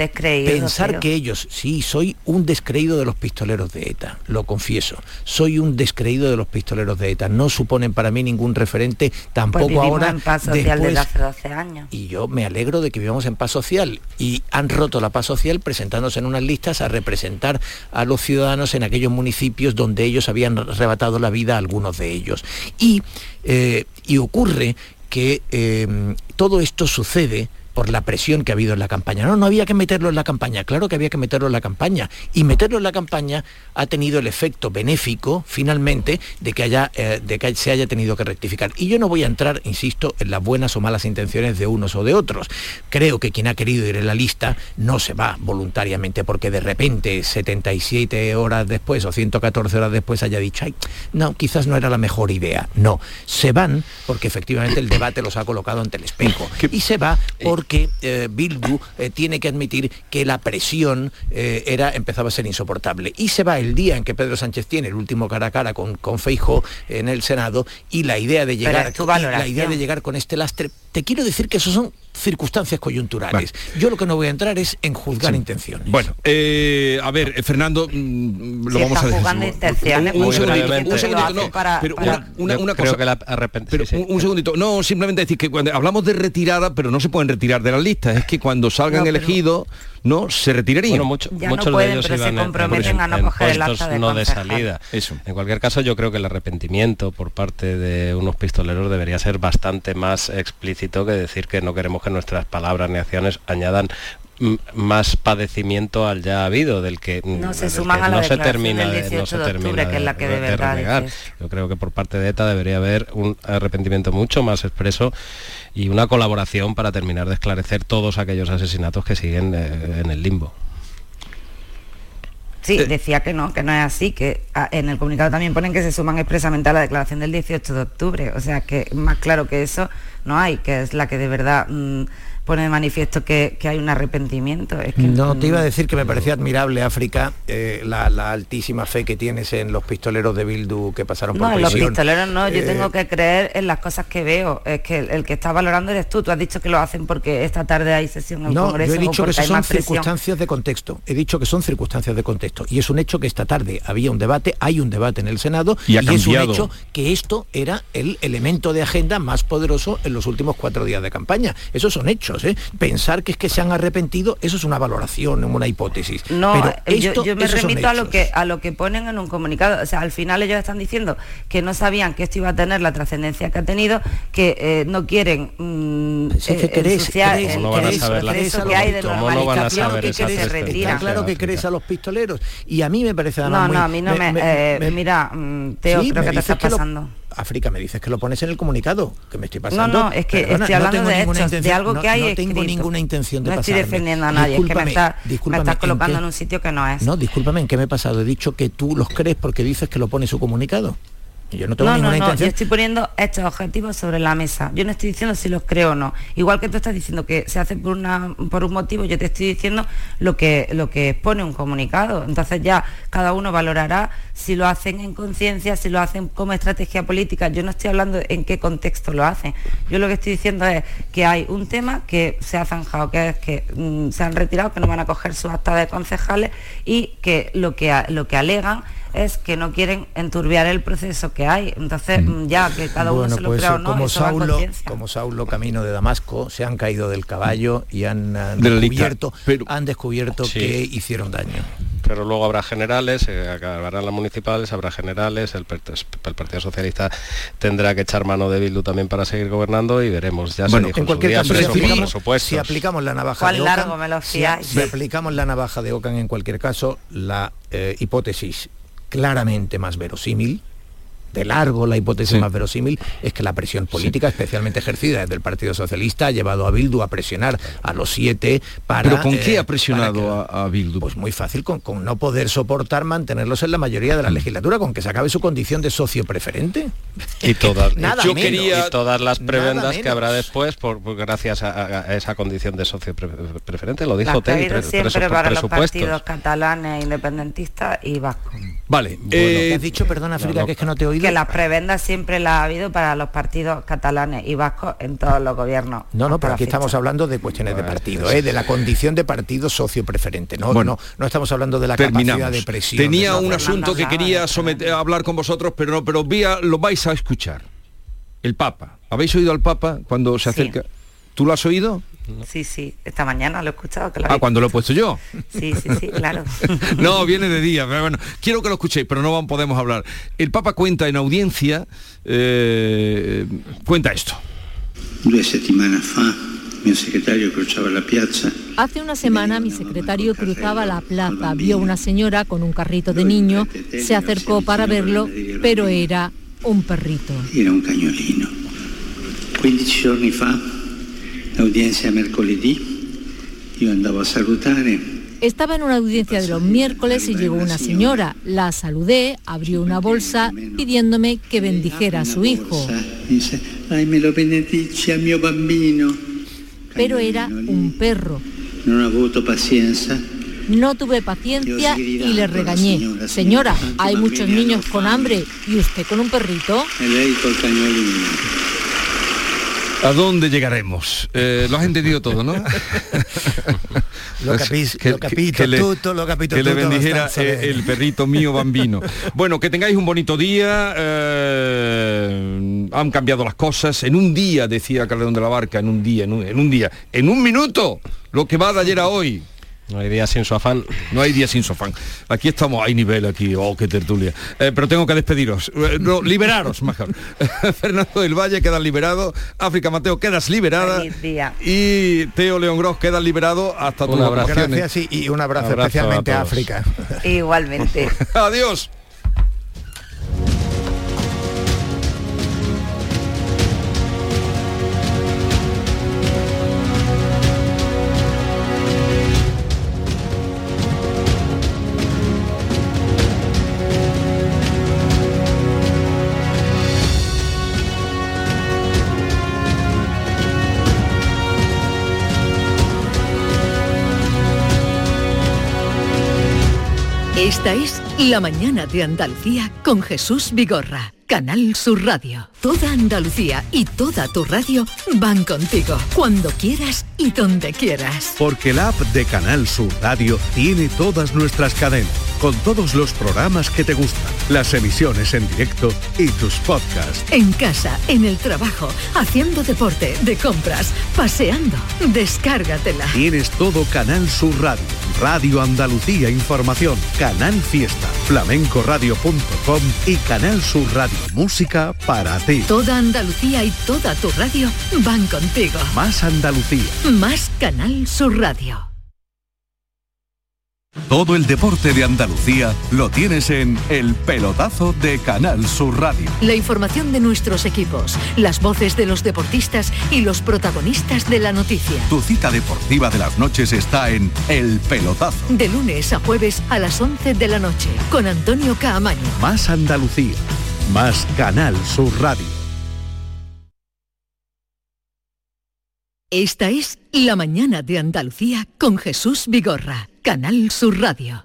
ellos, sí, soy un descreído de los pistoleros de ETA, lo confieso, soy un descreído de los pistoleros de ETA, no suponen para mí ningún referente, tampoco pues ahora en paz social desde hace 12 años. Y yo me alegro de que vivamos en paz social, y han roto la paz social presentándose en unas listas a representar a los ciudadanos en aquellos municipios donde ellos habían arrebatado la vida a algunos de ellos. Y ocurre que todo esto sucede por la presión que ha habido en la campaña. No había que meterlo en la campaña, claro que había que meterlo en la campaña, y meterlo en la campaña ha tenido el efecto benéfico, finalmente, de que se haya tenido que rectificar. Y yo no voy a entrar, insisto, en las buenas o malas intenciones de unos o de otros. Creo que quien ha querido ir en la lista no se va voluntariamente porque de repente 77 horas después o 114 horas después haya dicho, ay, no, quizás no era la mejor idea. No, se van porque efectivamente el debate los ha colocado ante el espejo. Y se va porque Bildu tiene que admitir que la presión empezaba a ser insoportable. Y se va el día en que Pedro Sánchez tiene el último cara a cara con Feijóo en el Senado, y la idea de llegar con este lastre, te quiero decir que eso son circunstancias coyunturales. Vale. Yo lo que no voy a entrar es en juzgar intenciones. Bueno, a ver, Fernando, lo vamos a decir. Juzgando intenciones, un segundito, no, pero una cosa. Un segundito, no, simplemente decir que cuando hablamos de retirada, pero no se pueden retirar de las listas, es que cuando salgan elegidos, no se retirarían. Bueno, muchos de ellos se comprometen a no coger el acta de no de salida. Eso. En cualquier caso, yo creo que el arrepentimiento por parte de unos pistoleros debería ser bastante más explícito que decir que no queremos que nuestras palabras ni acciones añadan más padecimiento al ya habido, del que no se suman a la declaración del 18 de octubre, que es la que de verdad renegar. Yo creo que por parte de ETA debería haber un arrepentimiento mucho más expreso y una colaboración para terminar de esclarecer todos aquellos asesinatos que siguen en el limbo. Sí, decía que no es así, que en el comunicado también ponen que se suman expresamente a la declaración del 18 de octubre, o sea que más claro que eso no hay, que es la que de verdad pone de manifiesto que hay un arrepentimiento. Es que, no, te iba a decir que me parecía admirable, África, la altísima fe que tienes en los pistoleros de Bildu que pasaron por prisión. No, en los pistoleros no, yo tengo que creer en las cosas que veo. Es que el que está valorando eres tú. Tú has dicho que lo hacen porque esta tarde hay sesión en el Congreso. No, yo he dicho que son circunstancias de contexto. He dicho que son circunstancias de contexto. Y es un hecho que esta tarde hay un debate en el Senado, y es un hecho que esto era el elemento de agenda más poderoso en los últimos 4 días de campaña. Esos son hechos. Pensar que es que se han arrepentido, eso es una valoración, una hipótesis. No, pero yo me remito a lo que ponen en un comunicado. O sea, al final ellos están diciendo que no sabían que esto iba a tener la trascendencia que ha tenido, que no quieren ensuciar el proceso que hay de normalización y que se retiran. Claro que crees a los pistoleros. Y a mí me parece a mí no mira, Teo, creo que te está pasando. África, me dices que lo pones en el comunicado, que me estoy pasando. No, es que estoy hablando de hechos, de algo que hay escrito. No tengo ninguna intención de pasarme. No estoy defendiendo a nadie, es que me estás colocando en un sitio que no es. No, discúlpame, ¿en qué me he pasado? He dicho que tú los crees porque dices que lo pone su comunicado. Yo no tengo ninguna intención. Yo estoy poniendo hechos objetivos sobre la mesa. Yo no estoy diciendo si los creo o no. Igual que tú estás diciendo que se hace por un motivo, yo te estoy diciendo lo que expone un comunicado. Entonces ya cada uno valorará si lo hacen en conciencia, si lo hacen como estrategia política. Yo no estoy hablando en qué contexto lo hacen. Yo lo que estoy diciendo es que hay un tema que se ha zanjado, que es que se han retirado, que no van a coger sus actas de concejales, y que lo que alegan es que no quieren enturbiar el proceso que hay. Entonces ya que cada uno se lo crea o no, como Saulo camino de Damasco, se han caído del caballo y han descubierto que hicieron daño. Pero luego habrá generales, acabarán las municipales, habrá generales, el Partido Socialista tendrá que echar mano de Bildu también para seguir gobernando, y veremos. Ya bueno, en cualquier caso, si aplicamos la navaja de Ockham, si aplicamos la navaja de Ockham, en cualquier caso, la hipótesis claramente más verosímil de largo la hipótesis más verosímil es que la presión política, especialmente ejercida desde el Partido Socialista, ha llevado a Bildu a presionar a los 7 para... ¿Pero con qué ha presionado a Bildu? Pues muy fácil, con no poder soportar mantenerlos en la mayoría de la legislatura, con que se acabe su condición de socio preferente. Y todas, y todas las prebendas que habrá después gracias a esa condición de socio preferente, lo dijo Tegui. Siempre para los partidos catalanes, independentistas y vascos. Vale. ¿Qué has dicho? Perdona, África, que es que no te he oído. Que las prebendas siempre las ha habido para los partidos catalanes y vascos en todos los gobiernos. No, pero aquí estamos hablando de cuestiones de partido, de la condición de partido socio preferente. No estamos hablando de la capacidad de presión. Tenía un asunto que quería hablar con vosotros, pero lo vais a escuchar. El Papa. ¿Habéis oído al Papa cuando se acerca? ¿Tú lo has oído? Sí, esta mañana lo he escuchado. ¿Cuándo lo he puesto yo? Sí, claro. No, viene de día, pero bueno, quiero que lo escuchéis, pero no podemos hablar. El Papa cuenta en audiencia, cuenta esto. 2 settimane fa, mi secretario cruzaba la piazza. Hace una semana mi secretario cruzaba la plaza, vio una señora con un carrito de niño, se acercó para verlo, pero era un perrito. Era un cagnolino. 15 giorni fa, audiencia mercoledì, io andavo a salutare. Estaba en una audiencia de los miércoles y llegó una señora. La saludé, abrió una bolsa pidiéndome que bendijera a su hijo. Dice, ay, me lo benedici a mio bambino. Pero era un perro. No ha avuto paciencia. No tuve paciencia y le regañé. Señora, hay muchos niños con hambre y usted con un perrito. ¿A dónde llegaremos? Lo has entendido todo, ¿no? Lo capito que le bendijera el perrito mío bambino. Bueno, que tengáis un bonito día. Han cambiado las cosas. En un día, decía Calderón de la Barca, en un minuto, lo que va de ayer a hoy. No hay día sin su afán. No hay día sin su afán. Aquí estamos, hay nivel aquí, qué tertulia. Pero tengo que despediros. Liberaros, mejor. Fernando del Valle, quedas liberado. África Mateo, quedas liberada. Feliz día. Y Teo León Gros, quedas liberado hasta tus vacaciones. Gracias y un abrazo especialmente a África. Igualmente. Adiós. Esta es La Mañana de Andalucía con Jesús Vigorra. Canal Sur Radio. Toda Andalucía y toda tu radio van contigo, cuando quieras y donde quieras. Porque la app de Canal Sur Radio tiene todas nuestras cadenas, con todos los programas que te gustan, las emisiones en directo y tus podcasts. En casa, en el trabajo, haciendo deporte, de compras, paseando. Descárgatela. Tienes todo Canal Sur Radio, Radio Andalucía Información, Canal Fiesta, flamencoradio.com y Canal Sur Radio Música para ti. Toda Andalucía y toda tu radio van contigo. Más Andalucía. Más Canal Sur Radio. Todo el deporte de Andalucía lo tienes en El Pelotazo de Canal Sur Radio. La información de nuestros equipos, las voces de los deportistas y los protagonistas de la noticia. Tu cita deportiva de las noches está en El Pelotazo. De lunes a jueves a las 11 de la noche, con Antonio Caamaño. Más Andalucía, más Canal Sur Radio. Esta es La Mañana de Andalucía con Jesús Vigorra, Canal Sur Radio.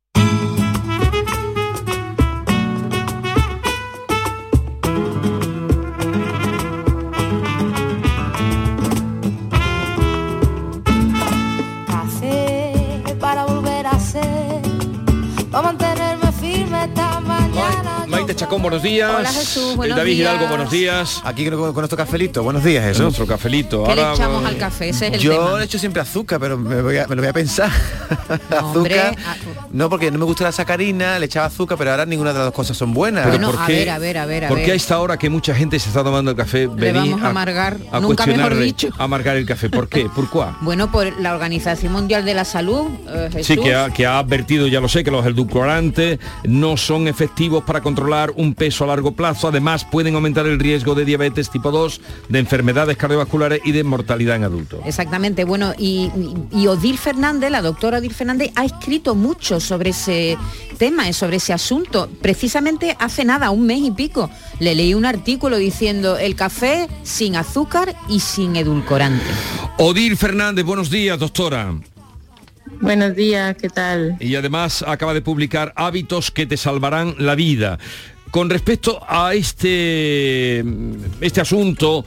Café para volver a ser, para mantenerme firme esta mañana. Maite Chacón, buenos días. Hola Jesús, buenos David días. Hidalgo, buenos días. Aquí con nuestro cafelito, buenos días, Jesús. Nuestro cafelito. ¿Qué le echamos al café? Ese es el Yo tema. le echo siempre azúcar, pero me lo voy a pensar. Hombre, azúcar. No, porque no me gusta la sacarina, le echaba azúcar, pero ahora ninguna de las dos cosas son buenas. Pero Bueno, ¿por a qué? ver. ¿Por qué a esta hora que mucha gente se está tomando el café Le vamos a amargar, nunca mejor dicho. amargar el café? ¿Por qué? ¿Por cuál? Bueno, por la Organización Mundial de la Salud, Jesús. Sí, que ha advertido, ya lo sé, que los edulcorantes no son efectivos para controlar provocar un peso a largo plazo. Además, pueden aumentar el riesgo de diabetes tipo 2, de enfermedades cardiovasculares y de mortalidad en adultos. Exactamente. Bueno, y Odile Fernández, la doctora Odile Fernández, ha escrito mucho sobre ese tema, sobre ese asunto. Precisamente hace nada, un mes y pico, le leí un artículo diciendo el café sin azúcar y sin edulcorante. Odile Fernández, buenos días, doctora. Buenos días, ¿qué tal? Y además acaba de publicar Hábitos que te salvarán la vida. Con respecto a este asunto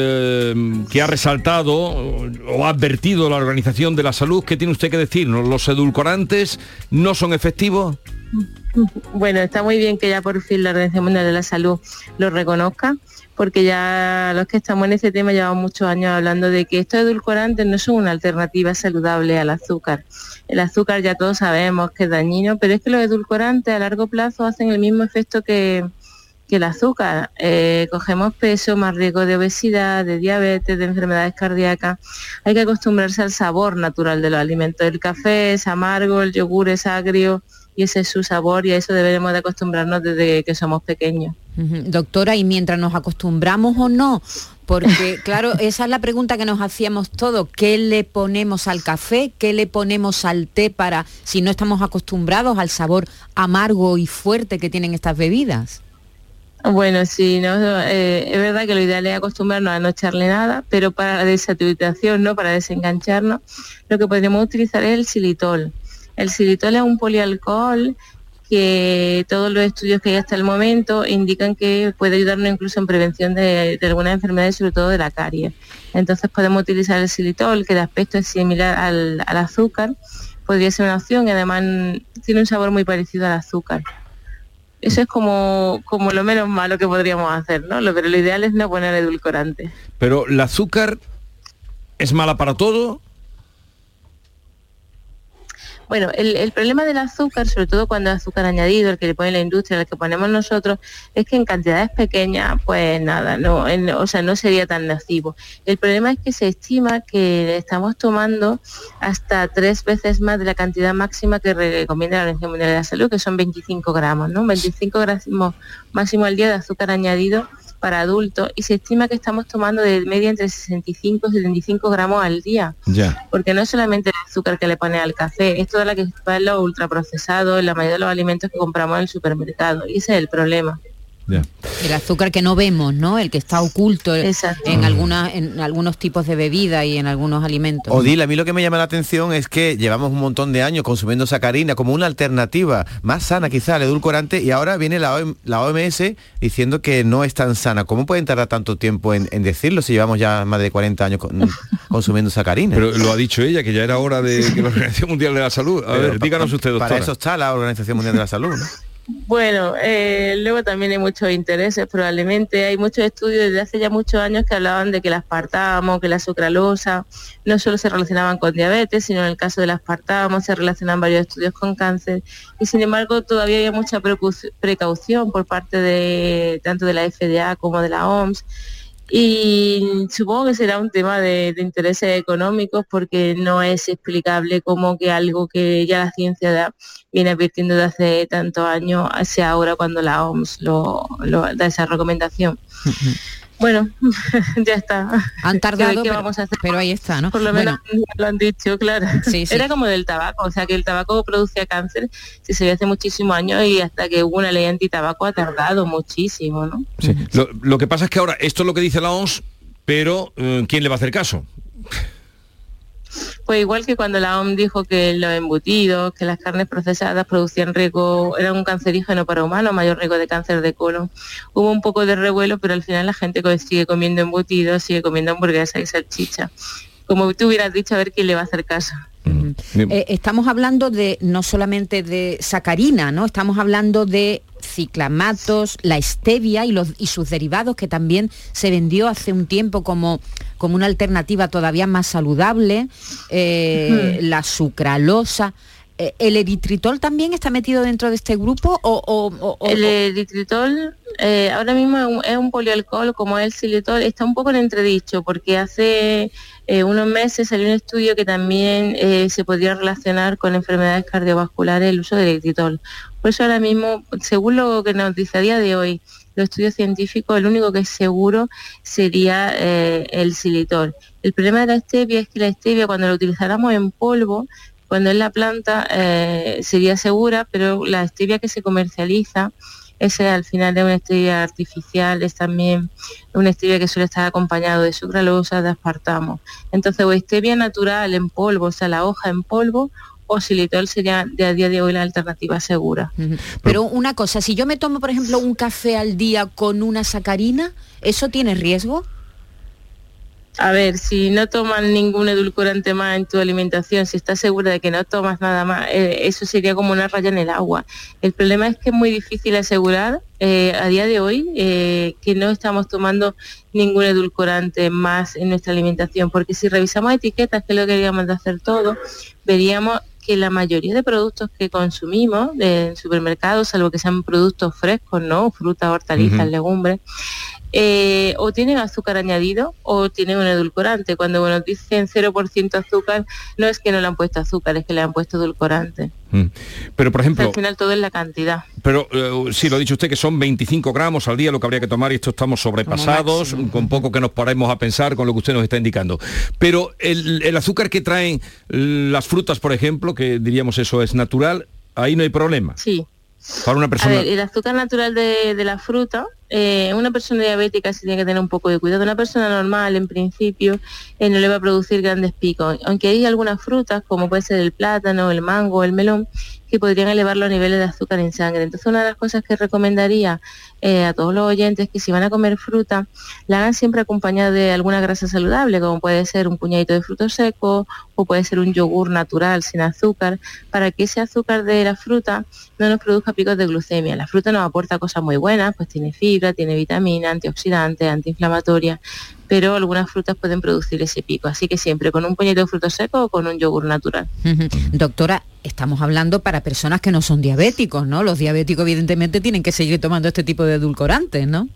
que ha resaltado o ha advertido la Organización de la Salud, ¿qué tiene usted que decirnos? ¿Los edulcorantes no son efectivos? Bueno, está muy bien que ya por fin la Organización Mundial de la Salud lo reconozca, porque ya los que estamos en este tema llevamos muchos años hablando de que estos edulcorantes no son una alternativa saludable al azúcar. El azúcar ya todos sabemos que es dañino, pero es que los edulcorantes a largo plazo hacen el mismo efecto que el azúcar. Cogemos peso, más riesgo de obesidad, de diabetes, de enfermedades cardíacas. Hay que acostumbrarse al sabor natural de los alimentos. El café es amargo, el yogur es agrio, y ese es su sabor, y a eso debemos de acostumbrarnos desde que somos pequeños. Doctora, ¿y mientras nos acostumbramos o no? Porque, claro, esa es la pregunta que nos hacíamos todos. ¿Qué le ponemos al café? ¿Qué le ponemos al té para, si no estamos acostumbrados al sabor amargo y fuerte que tienen estas bebidas? Bueno, sí, no, es verdad que lo ideal es acostumbrarnos a no echarle nada, pero para la desaturización, ¿no?, para desengancharnos, lo que podríamos utilizar es el xilitol. El xilitol es un polialcohol que todos los estudios que hay hasta el momento indican que puede ayudarnos incluso en prevención de algunas enfermedades, sobre todo de la caries. Entonces podemos utilizar el xilitol, que de aspecto es similar al azúcar, podría ser una opción, y además tiene un sabor muy parecido al azúcar. Eso es como lo menos malo que podríamos hacer, ¿no? Pero lo ideal es no poner edulcorante. Pero el azúcar es mala para todo. Bueno, el problema del azúcar, sobre todo cuando es azúcar añadido, el que le pone la industria, el que ponemos nosotros, es que en cantidades pequeñas, pues nada, no sería tan nocivo. El problema es que se estima que estamos tomando hasta 3 veces más de la cantidad máxima que recomienda la Organización Mundial de la Salud, que son 25 gramos, ¿no? 25 gramos máximo al día de azúcar añadido para adultos, y se estima que estamos tomando de media entre 65 y 75 gramos al día. Ya. Porque no es solamente el azúcar que le pone al café, es toda la que va en los ultraprocesados, en la mayoría de los alimentos que compramos en el supermercado, y ese es el problema. Yeah. El azúcar que no vemos, ¿no? El que está oculto en algunos tipos de bebida y en algunos alimentos. Odile, a mí lo que me llama la atención es que llevamos un montón de años consumiendo sacarina como una alternativa más sana quizá al edulcorante, y ahora viene la OMS diciendo que no es tan sana. ¿Cómo pueden tardar tanto tiempo en decirlo si llevamos ya más de 40 años consumiendo sacarina? Pero lo ha dicho ella, que ya era hora de que la Organización Mundial de la Salud. A ver, díganos usted, doctora. Para eso está la Organización Mundial de la Salud, ¿no? Bueno, luego también hay muchos intereses, probablemente. Hay muchos estudios desde hace ya muchos años que hablaban de que el aspartamo, que la sucralosa no solo se relacionaban con diabetes, sino en el caso del aspartamo se relacionan varios estudios con cáncer, y sin embargo todavía hay mucha precaución por parte de tanto de la FDA como de la OMS. Y supongo que será un tema de intereses económicos, porque no es explicable cómo que algo que ya la ciencia viene advirtiendo de hace tantos años sea ahora cuando la OMS lo da esa recomendación. Bueno, ya está. Han tardado, ¿Qué vamos a hacer? Pero ahí está, ¿no? Por lo menos lo han dicho, claro. Sí. Era como del tabaco, o sea que el tabaco producía cáncer, se sabía hace muchísimos años, y hasta que hubo una ley antitabaco ha tardado muchísimo, ¿no? Sí. Lo que pasa es que ahora, esto es lo que dice la OMS, pero ¿quién le va a hacer caso? Pues igual que cuando la OMS dijo que los embutidos, que las carnes procesadas producían riesgo, eran un cancerígeno para humanos, mayor riesgo de cáncer de colon. Hubo un poco de revuelo, pero al final la gente sigue comiendo embutidos, sigue comiendo hamburguesas y salchicha. Como tú hubieras dicho, a ver quién le va a hacer caso. Estamos hablando no solamente de sacarina, ¿no? Estamos hablando de ciclamatos, la stevia y sus derivados, que también se vendió hace un tiempo como una alternativa todavía más saludable, la sucralosa. ¿El eritritol también está metido dentro de este grupo? El eritritol ahora mismo es un polialcohol, como el xilitol, está un poco en entredicho, porque hace unos meses salió un estudio que también se podría relacionar con enfermedades cardiovasculares el uso del eritritol. Por eso ahora mismo, según lo que nos dice a día de hoy los estudios científicos, el único que es seguro sería el xilitol. El problema de la stevia es que la stevia, cuando la utilizáramos en polvo, cuando es la planta, sería segura, pero la stevia que se comercializa, ese al final de una stevia artificial, es también una stevia que suele estar acompañado de sucralosa, de aspartamo. Entonces, o stevia natural en polvo, o sea, la hoja en polvo, o xilitol sería a día de hoy la alternativa segura. Pero una cosa, si yo me tomo, por ejemplo, un café al día con una sacarina, ¿eso tiene riesgo? A ver, si no tomas ningún edulcorante más en tu alimentación, si estás segura de que no tomas nada más, eso sería como una raya en el agua. El problema es que es muy difícil asegurar a día de hoy que no estamos tomando ningún edulcorante más en nuestra alimentación, porque si revisamos etiquetas, que es lo que deberíamos de hacer todo, veríamos que la mayoría de productos que consumimos en supermercados, salvo que sean productos frescos, ¿no? Frutas, hortalizas, legumbres, o tienen azúcar añadido o tienen un edulcorante. Cuando nos dicen 0% azúcar, no es que no le han puesto azúcar, es que le han puesto edulcorante. Pero, por ejemplo... Al final todo es la cantidad. Pero sí, lo ha dicho usted, que son 25 gramos al día lo que habría que tomar, y esto estamos sobrepasados, con poco que nos paremos a pensar con lo que usted nos está indicando. Pero el azúcar que traen las frutas, por ejemplo, que diríamos eso es natural, ahí no hay problema. Sí. Para una persona... A ver, el azúcar natural de la fruta, una persona diabética sí tiene que tener un poco de cuidado. Una persona normal, en principio, no le va a producir grandes picos. Aunque hay algunas frutas, como puede ser el plátano, el mango, el melón, que podrían elevar los niveles de azúcar en sangre. Entonces, una de las cosas que recomendaría a todos los oyentes es que si van a comer fruta, la hagan siempre acompañada de alguna grasa saludable, como puede ser un puñadito de frutos secos o puede ser un yogur natural sin azúcar, para que ese azúcar de la fruta no nos produzca picos de glucemia. La fruta nos aporta cosas muy buenas, pues tiene fibra, tiene vitamina, antioxidante, antiinflamatoria, pero algunas frutas pueden producir ese pico, así que siempre con un puñado de frutos secos o con un yogur natural. Doctora, estamos hablando para personas que no son diabéticos, ¿no? Los diabéticos evidentemente tienen que seguir tomando este tipo de edulcorantes, ¿no?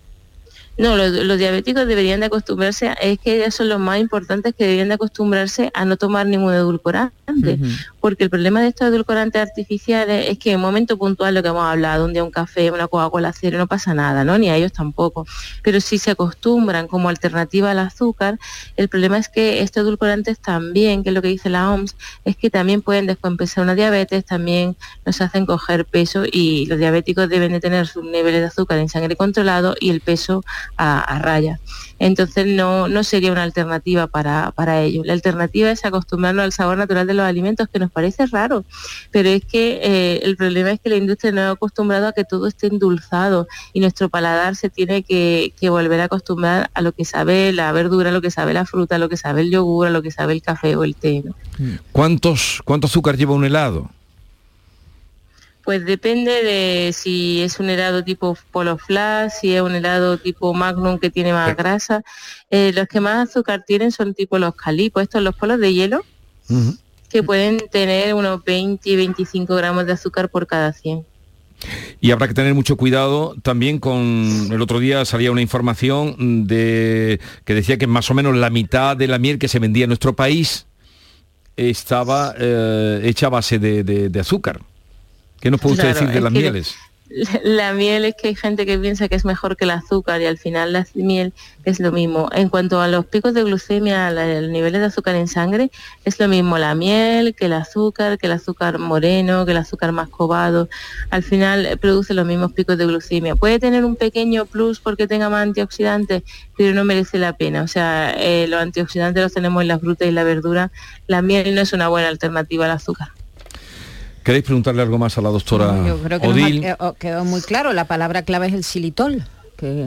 No, los diabéticos deberían de acostumbrarse, es que ellos son los más importantes, que deberían de acostumbrarse a no tomar ningún edulcorante, porque el problema de estos edulcorantes artificiales es que en un momento puntual, lo que hemos hablado, un día un café, una Coca-Cola cero, no pasa nada, ¿no? Ni a ellos tampoco. Pero si se acostumbran como alternativa al azúcar, el problema es que estos edulcorantes también, que es lo que dice la OMS, es que también pueden descompensar una diabetes, también nos hacen coger peso, y los diabéticos deben de tener sus niveles de azúcar en sangre controlados y el peso a raya. Entonces no sería una alternativa para ellos. La alternativa es acostumbrarnos al sabor natural de los alimentos, que nos parece raro, pero es que el problema es que la industria no ha acostumbrado a que todo esté endulzado, y nuestro paladar se tiene que volver a acostumbrar a lo que sabe la verdura, a lo que sabe la fruta, a lo que sabe el yogur, a lo que sabe el café o el té, ¿no? ¿Cuánto azúcar lleva un helado? Pues depende de si es un helado tipo Polo Flash, si es un helado tipo Magnum que tiene más grasa. Los que más azúcar tienen son tipo los calipos, estos los polos de hielo, que pueden tener unos 20 y 25 gramos de azúcar por cada 100. Y habrá que tener mucho cuidado también con... El otro día salía una información que decía que más o menos la mitad de la miel que se vendía en nuestro país estaba hecha a base de azúcar. ¿Qué nos puede usted decir de las mieles? La miel, es que hay gente que piensa que es mejor que el azúcar, y al final la miel es lo mismo. En cuanto a los picos de glucemia, a los niveles de azúcar en sangre, es lo mismo la miel que el azúcar moreno, que el azúcar mascobado. Al final produce los mismos picos de glucemia. Puede tener un pequeño plus porque tenga más antioxidantes, pero no merece la pena. O sea, los antioxidantes los tenemos en la fruta y la verdura. La miel no es una buena alternativa al azúcar. ¿Queréis preguntarle algo más a la doctora Yo creo que Odil? quedó muy claro, la palabra clave es el xilitol. Que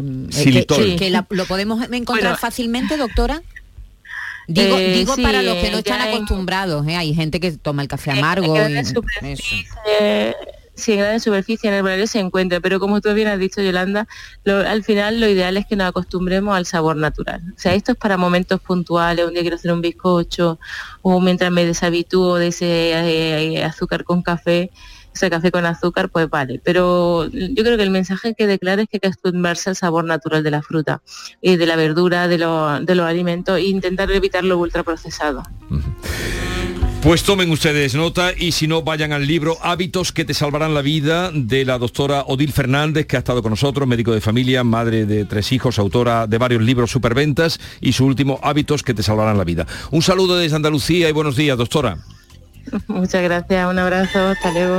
lo podemos encontrar fácilmente, doctora. Digo sí, para los que no están acostumbrados, hay gente que toma el café amargo. si en gran superficie en el herbolario se encuentra, pero como tú bien has dicho, Yolanda, al final lo ideal es que nos acostumbremos al sabor natural. O sea, esto es para momentos puntuales, un día quiero hacer un bizcocho, o mientras me deshabitúo de ese azúcar con café, ese café con azúcar, pues vale. Pero yo creo que el mensaje que declara es que hay que acostumbrarse al sabor natural de la fruta, de la verdura, de los alimentos, e intentar evitar lo ultraprocesado. Pues tomen ustedes nota y si no, vayan al libro Hábitos que te salvarán la vida de la doctora Odil Fernández, que ha estado con nosotros, médico de familia, madre de 3 hijos, autora de varios libros superventas, y su último, Hábitos que te salvarán la vida. Un saludo desde Andalucía y buenos días, doctora. Muchas gracias, un abrazo, hasta luego.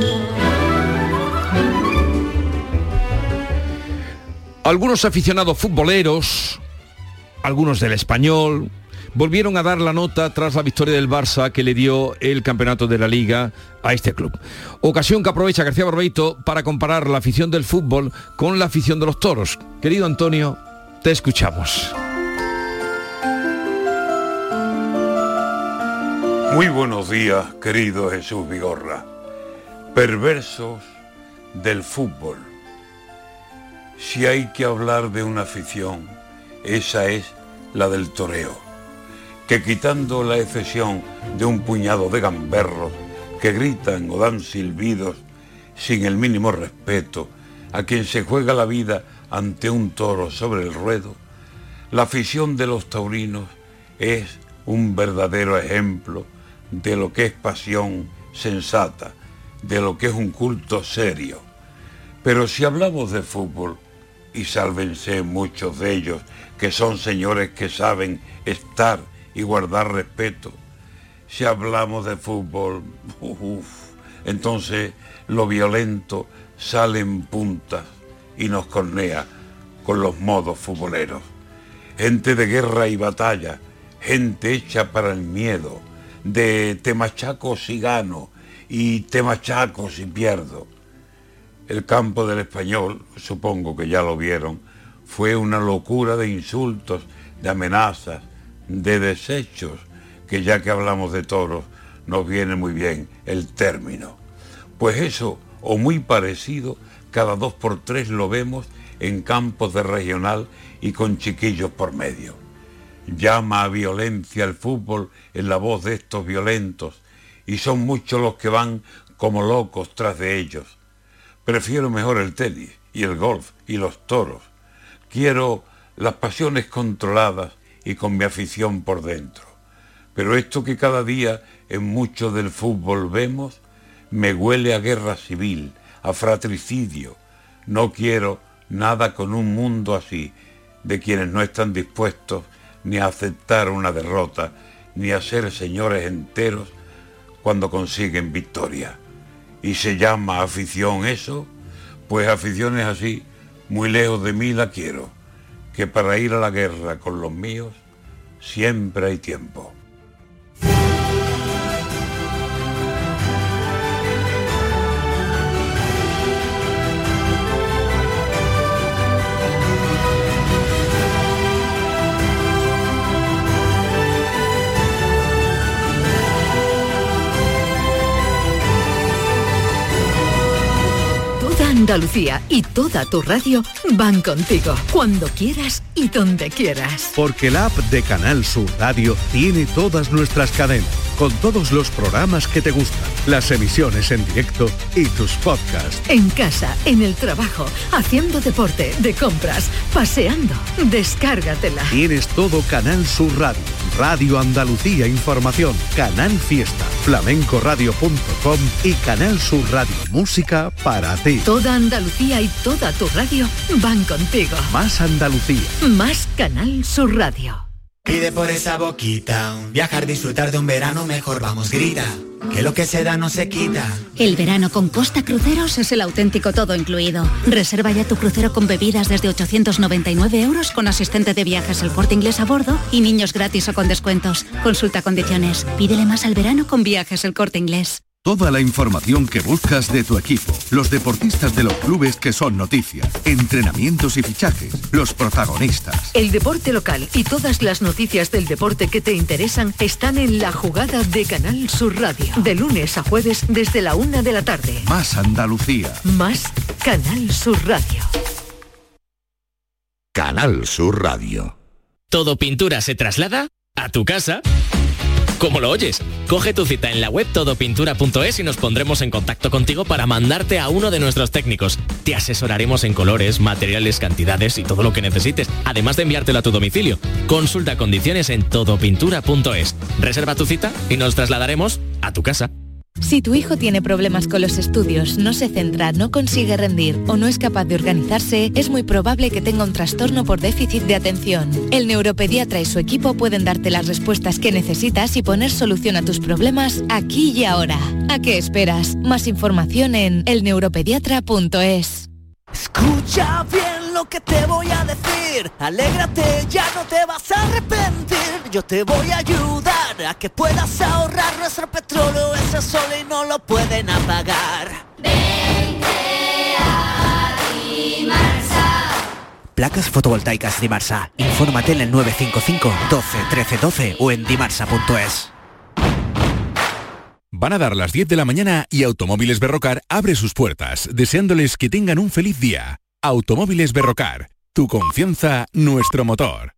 Algunos aficionados futboleros, algunos del Español, volvieron a dar la nota tras la victoria del Barça que le dio el campeonato de la Liga a este club. Ocasión que aprovecha García Barbeito para comparar la afición del fútbol con la afición de los toros. Querido Antonio, te escuchamos. Muy buenos días, querido Jesús Vigorra. Perversos del fútbol. Si hay que hablar de una afición, esa es la del toreo, que quitando la excepción de un puñado de gamberros que gritan o dan silbidos sin el mínimo respeto a quien se juega la vida ante un toro sobre el ruedo, la afición de los taurinos es un verdadero ejemplo de lo que es pasión sensata, de lo que es un culto serio. Pero si hablamos de fútbol, y sálvense muchos de ellos, que son señores que saben estar y guardar respeto, si hablamos de fútbol, entonces lo violento sale en puntas y nos cornea con los modos futboleros. Gente de guerra y batalla, gente hecha para el miedo, de te machaco si gano y te machaco si pierdo. El campo del Español, supongo que ya lo vieron, fue una locura de insultos, de amenazas, de desechos, que ya que hablamos de toros, nos viene muy bien el término. Pues eso, o muy parecido, cada 2 por 3 lo vemos en campos de regional y con chiquillos por medio. Llama a violencia el fútbol en la voz de estos violentos, y son muchos los que van como locos tras de ellos. Prefiero mejor el tenis y el golf y los toros. Quiero las pasiones controladas y con mi afición por dentro. Pero esto que cada día en mucho del fútbol vemos, me huele a guerra civil, a fratricidio. No quiero nada con un mundo así, de quienes no están dispuestos ni a aceptar una derrota, ni a ser señores enteros cuando consiguen victoria. ¿Y se llama afición eso? Pues aficiones así, muy lejos de mí la quiero, que para ir a la guerra con los míos siempre hay tiempo. Andalucía y toda tu radio van contigo, cuando quieras y donde quieras. Porque la app de Canal Sur Radio tiene todas nuestras cadenas, con todos los programas que te gustan, las emisiones en directo y tus podcasts. En casa, en el trabajo, haciendo deporte, de compras, paseando, descárgatela. Tienes todo Canal Sur Radio, Radio Andalucía Información, Canal Fiesta, flamencoradio.com y Canal Sur Radio Música para ti. Toda Andalucía y toda tu radio van contigo. Más Andalucía. Más Canal Sur Radio. Pide por esa boquita, viajar, disfrutar de un verano mejor, vamos, grita, que lo que se da no se quita. El verano con Costa Cruceros es el auténtico todo incluido. Reserva ya tu crucero con bebidas desde 899 euros con asistente de viajes El Corte Inglés a bordo y niños gratis o con descuentos. Consulta condiciones. Pídele más al verano con Viajes El Corte Inglés. Toda la información que buscas de tu equipo, los deportistas de los clubes que son noticia, entrenamientos y fichajes, los protagonistas. El deporte local y todas las noticias del deporte que te interesan están en La Jugada de Canal Sur Radio. De lunes a jueves desde la 1 de la tarde. Más Andalucía. Más Canal Sur Radio. Canal Sur Radio. Todo Pintura se traslada a tu casa. ¿Cómo lo oyes? Coge tu cita en la web todopintura.es y nos pondremos en contacto contigo para mandarte a uno de nuestros técnicos. Te asesoraremos en colores, materiales, cantidades y todo lo que necesites, además de enviártelo a tu domicilio. Consulta condiciones en todopintura.es. Reserva tu cita y nos trasladaremos a tu casa. Si tu hijo tiene problemas con los estudios, no se centra, no consigue rendir o no es capaz de organizarse, es muy probable que tenga un trastorno por déficit de atención. El neuropediatra y su equipo pueden darte las respuestas que necesitas y poner solución a tus problemas aquí y ahora. ¿A qué esperas? Más información en elneuropediatra.es. Escucha bien lo que te voy a decir. Alégrate, ya no te vas a arrepentir. Yo te voy a ayudar a que puedas ahorrar. Nuestro petróleo es el sol y no lo pueden apagar. Vente a Dimarsa. Placas fotovoltaicas Dimarsa. Infórmate en el 955 12 13 12 o en dimarsa.es. Van a dar las 10 de la mañana y Automóviles Berrocar abre sus puertas, deseándoles que tengan un feliz día. Automóviles Berrocar, tu confianza, nuestro motor.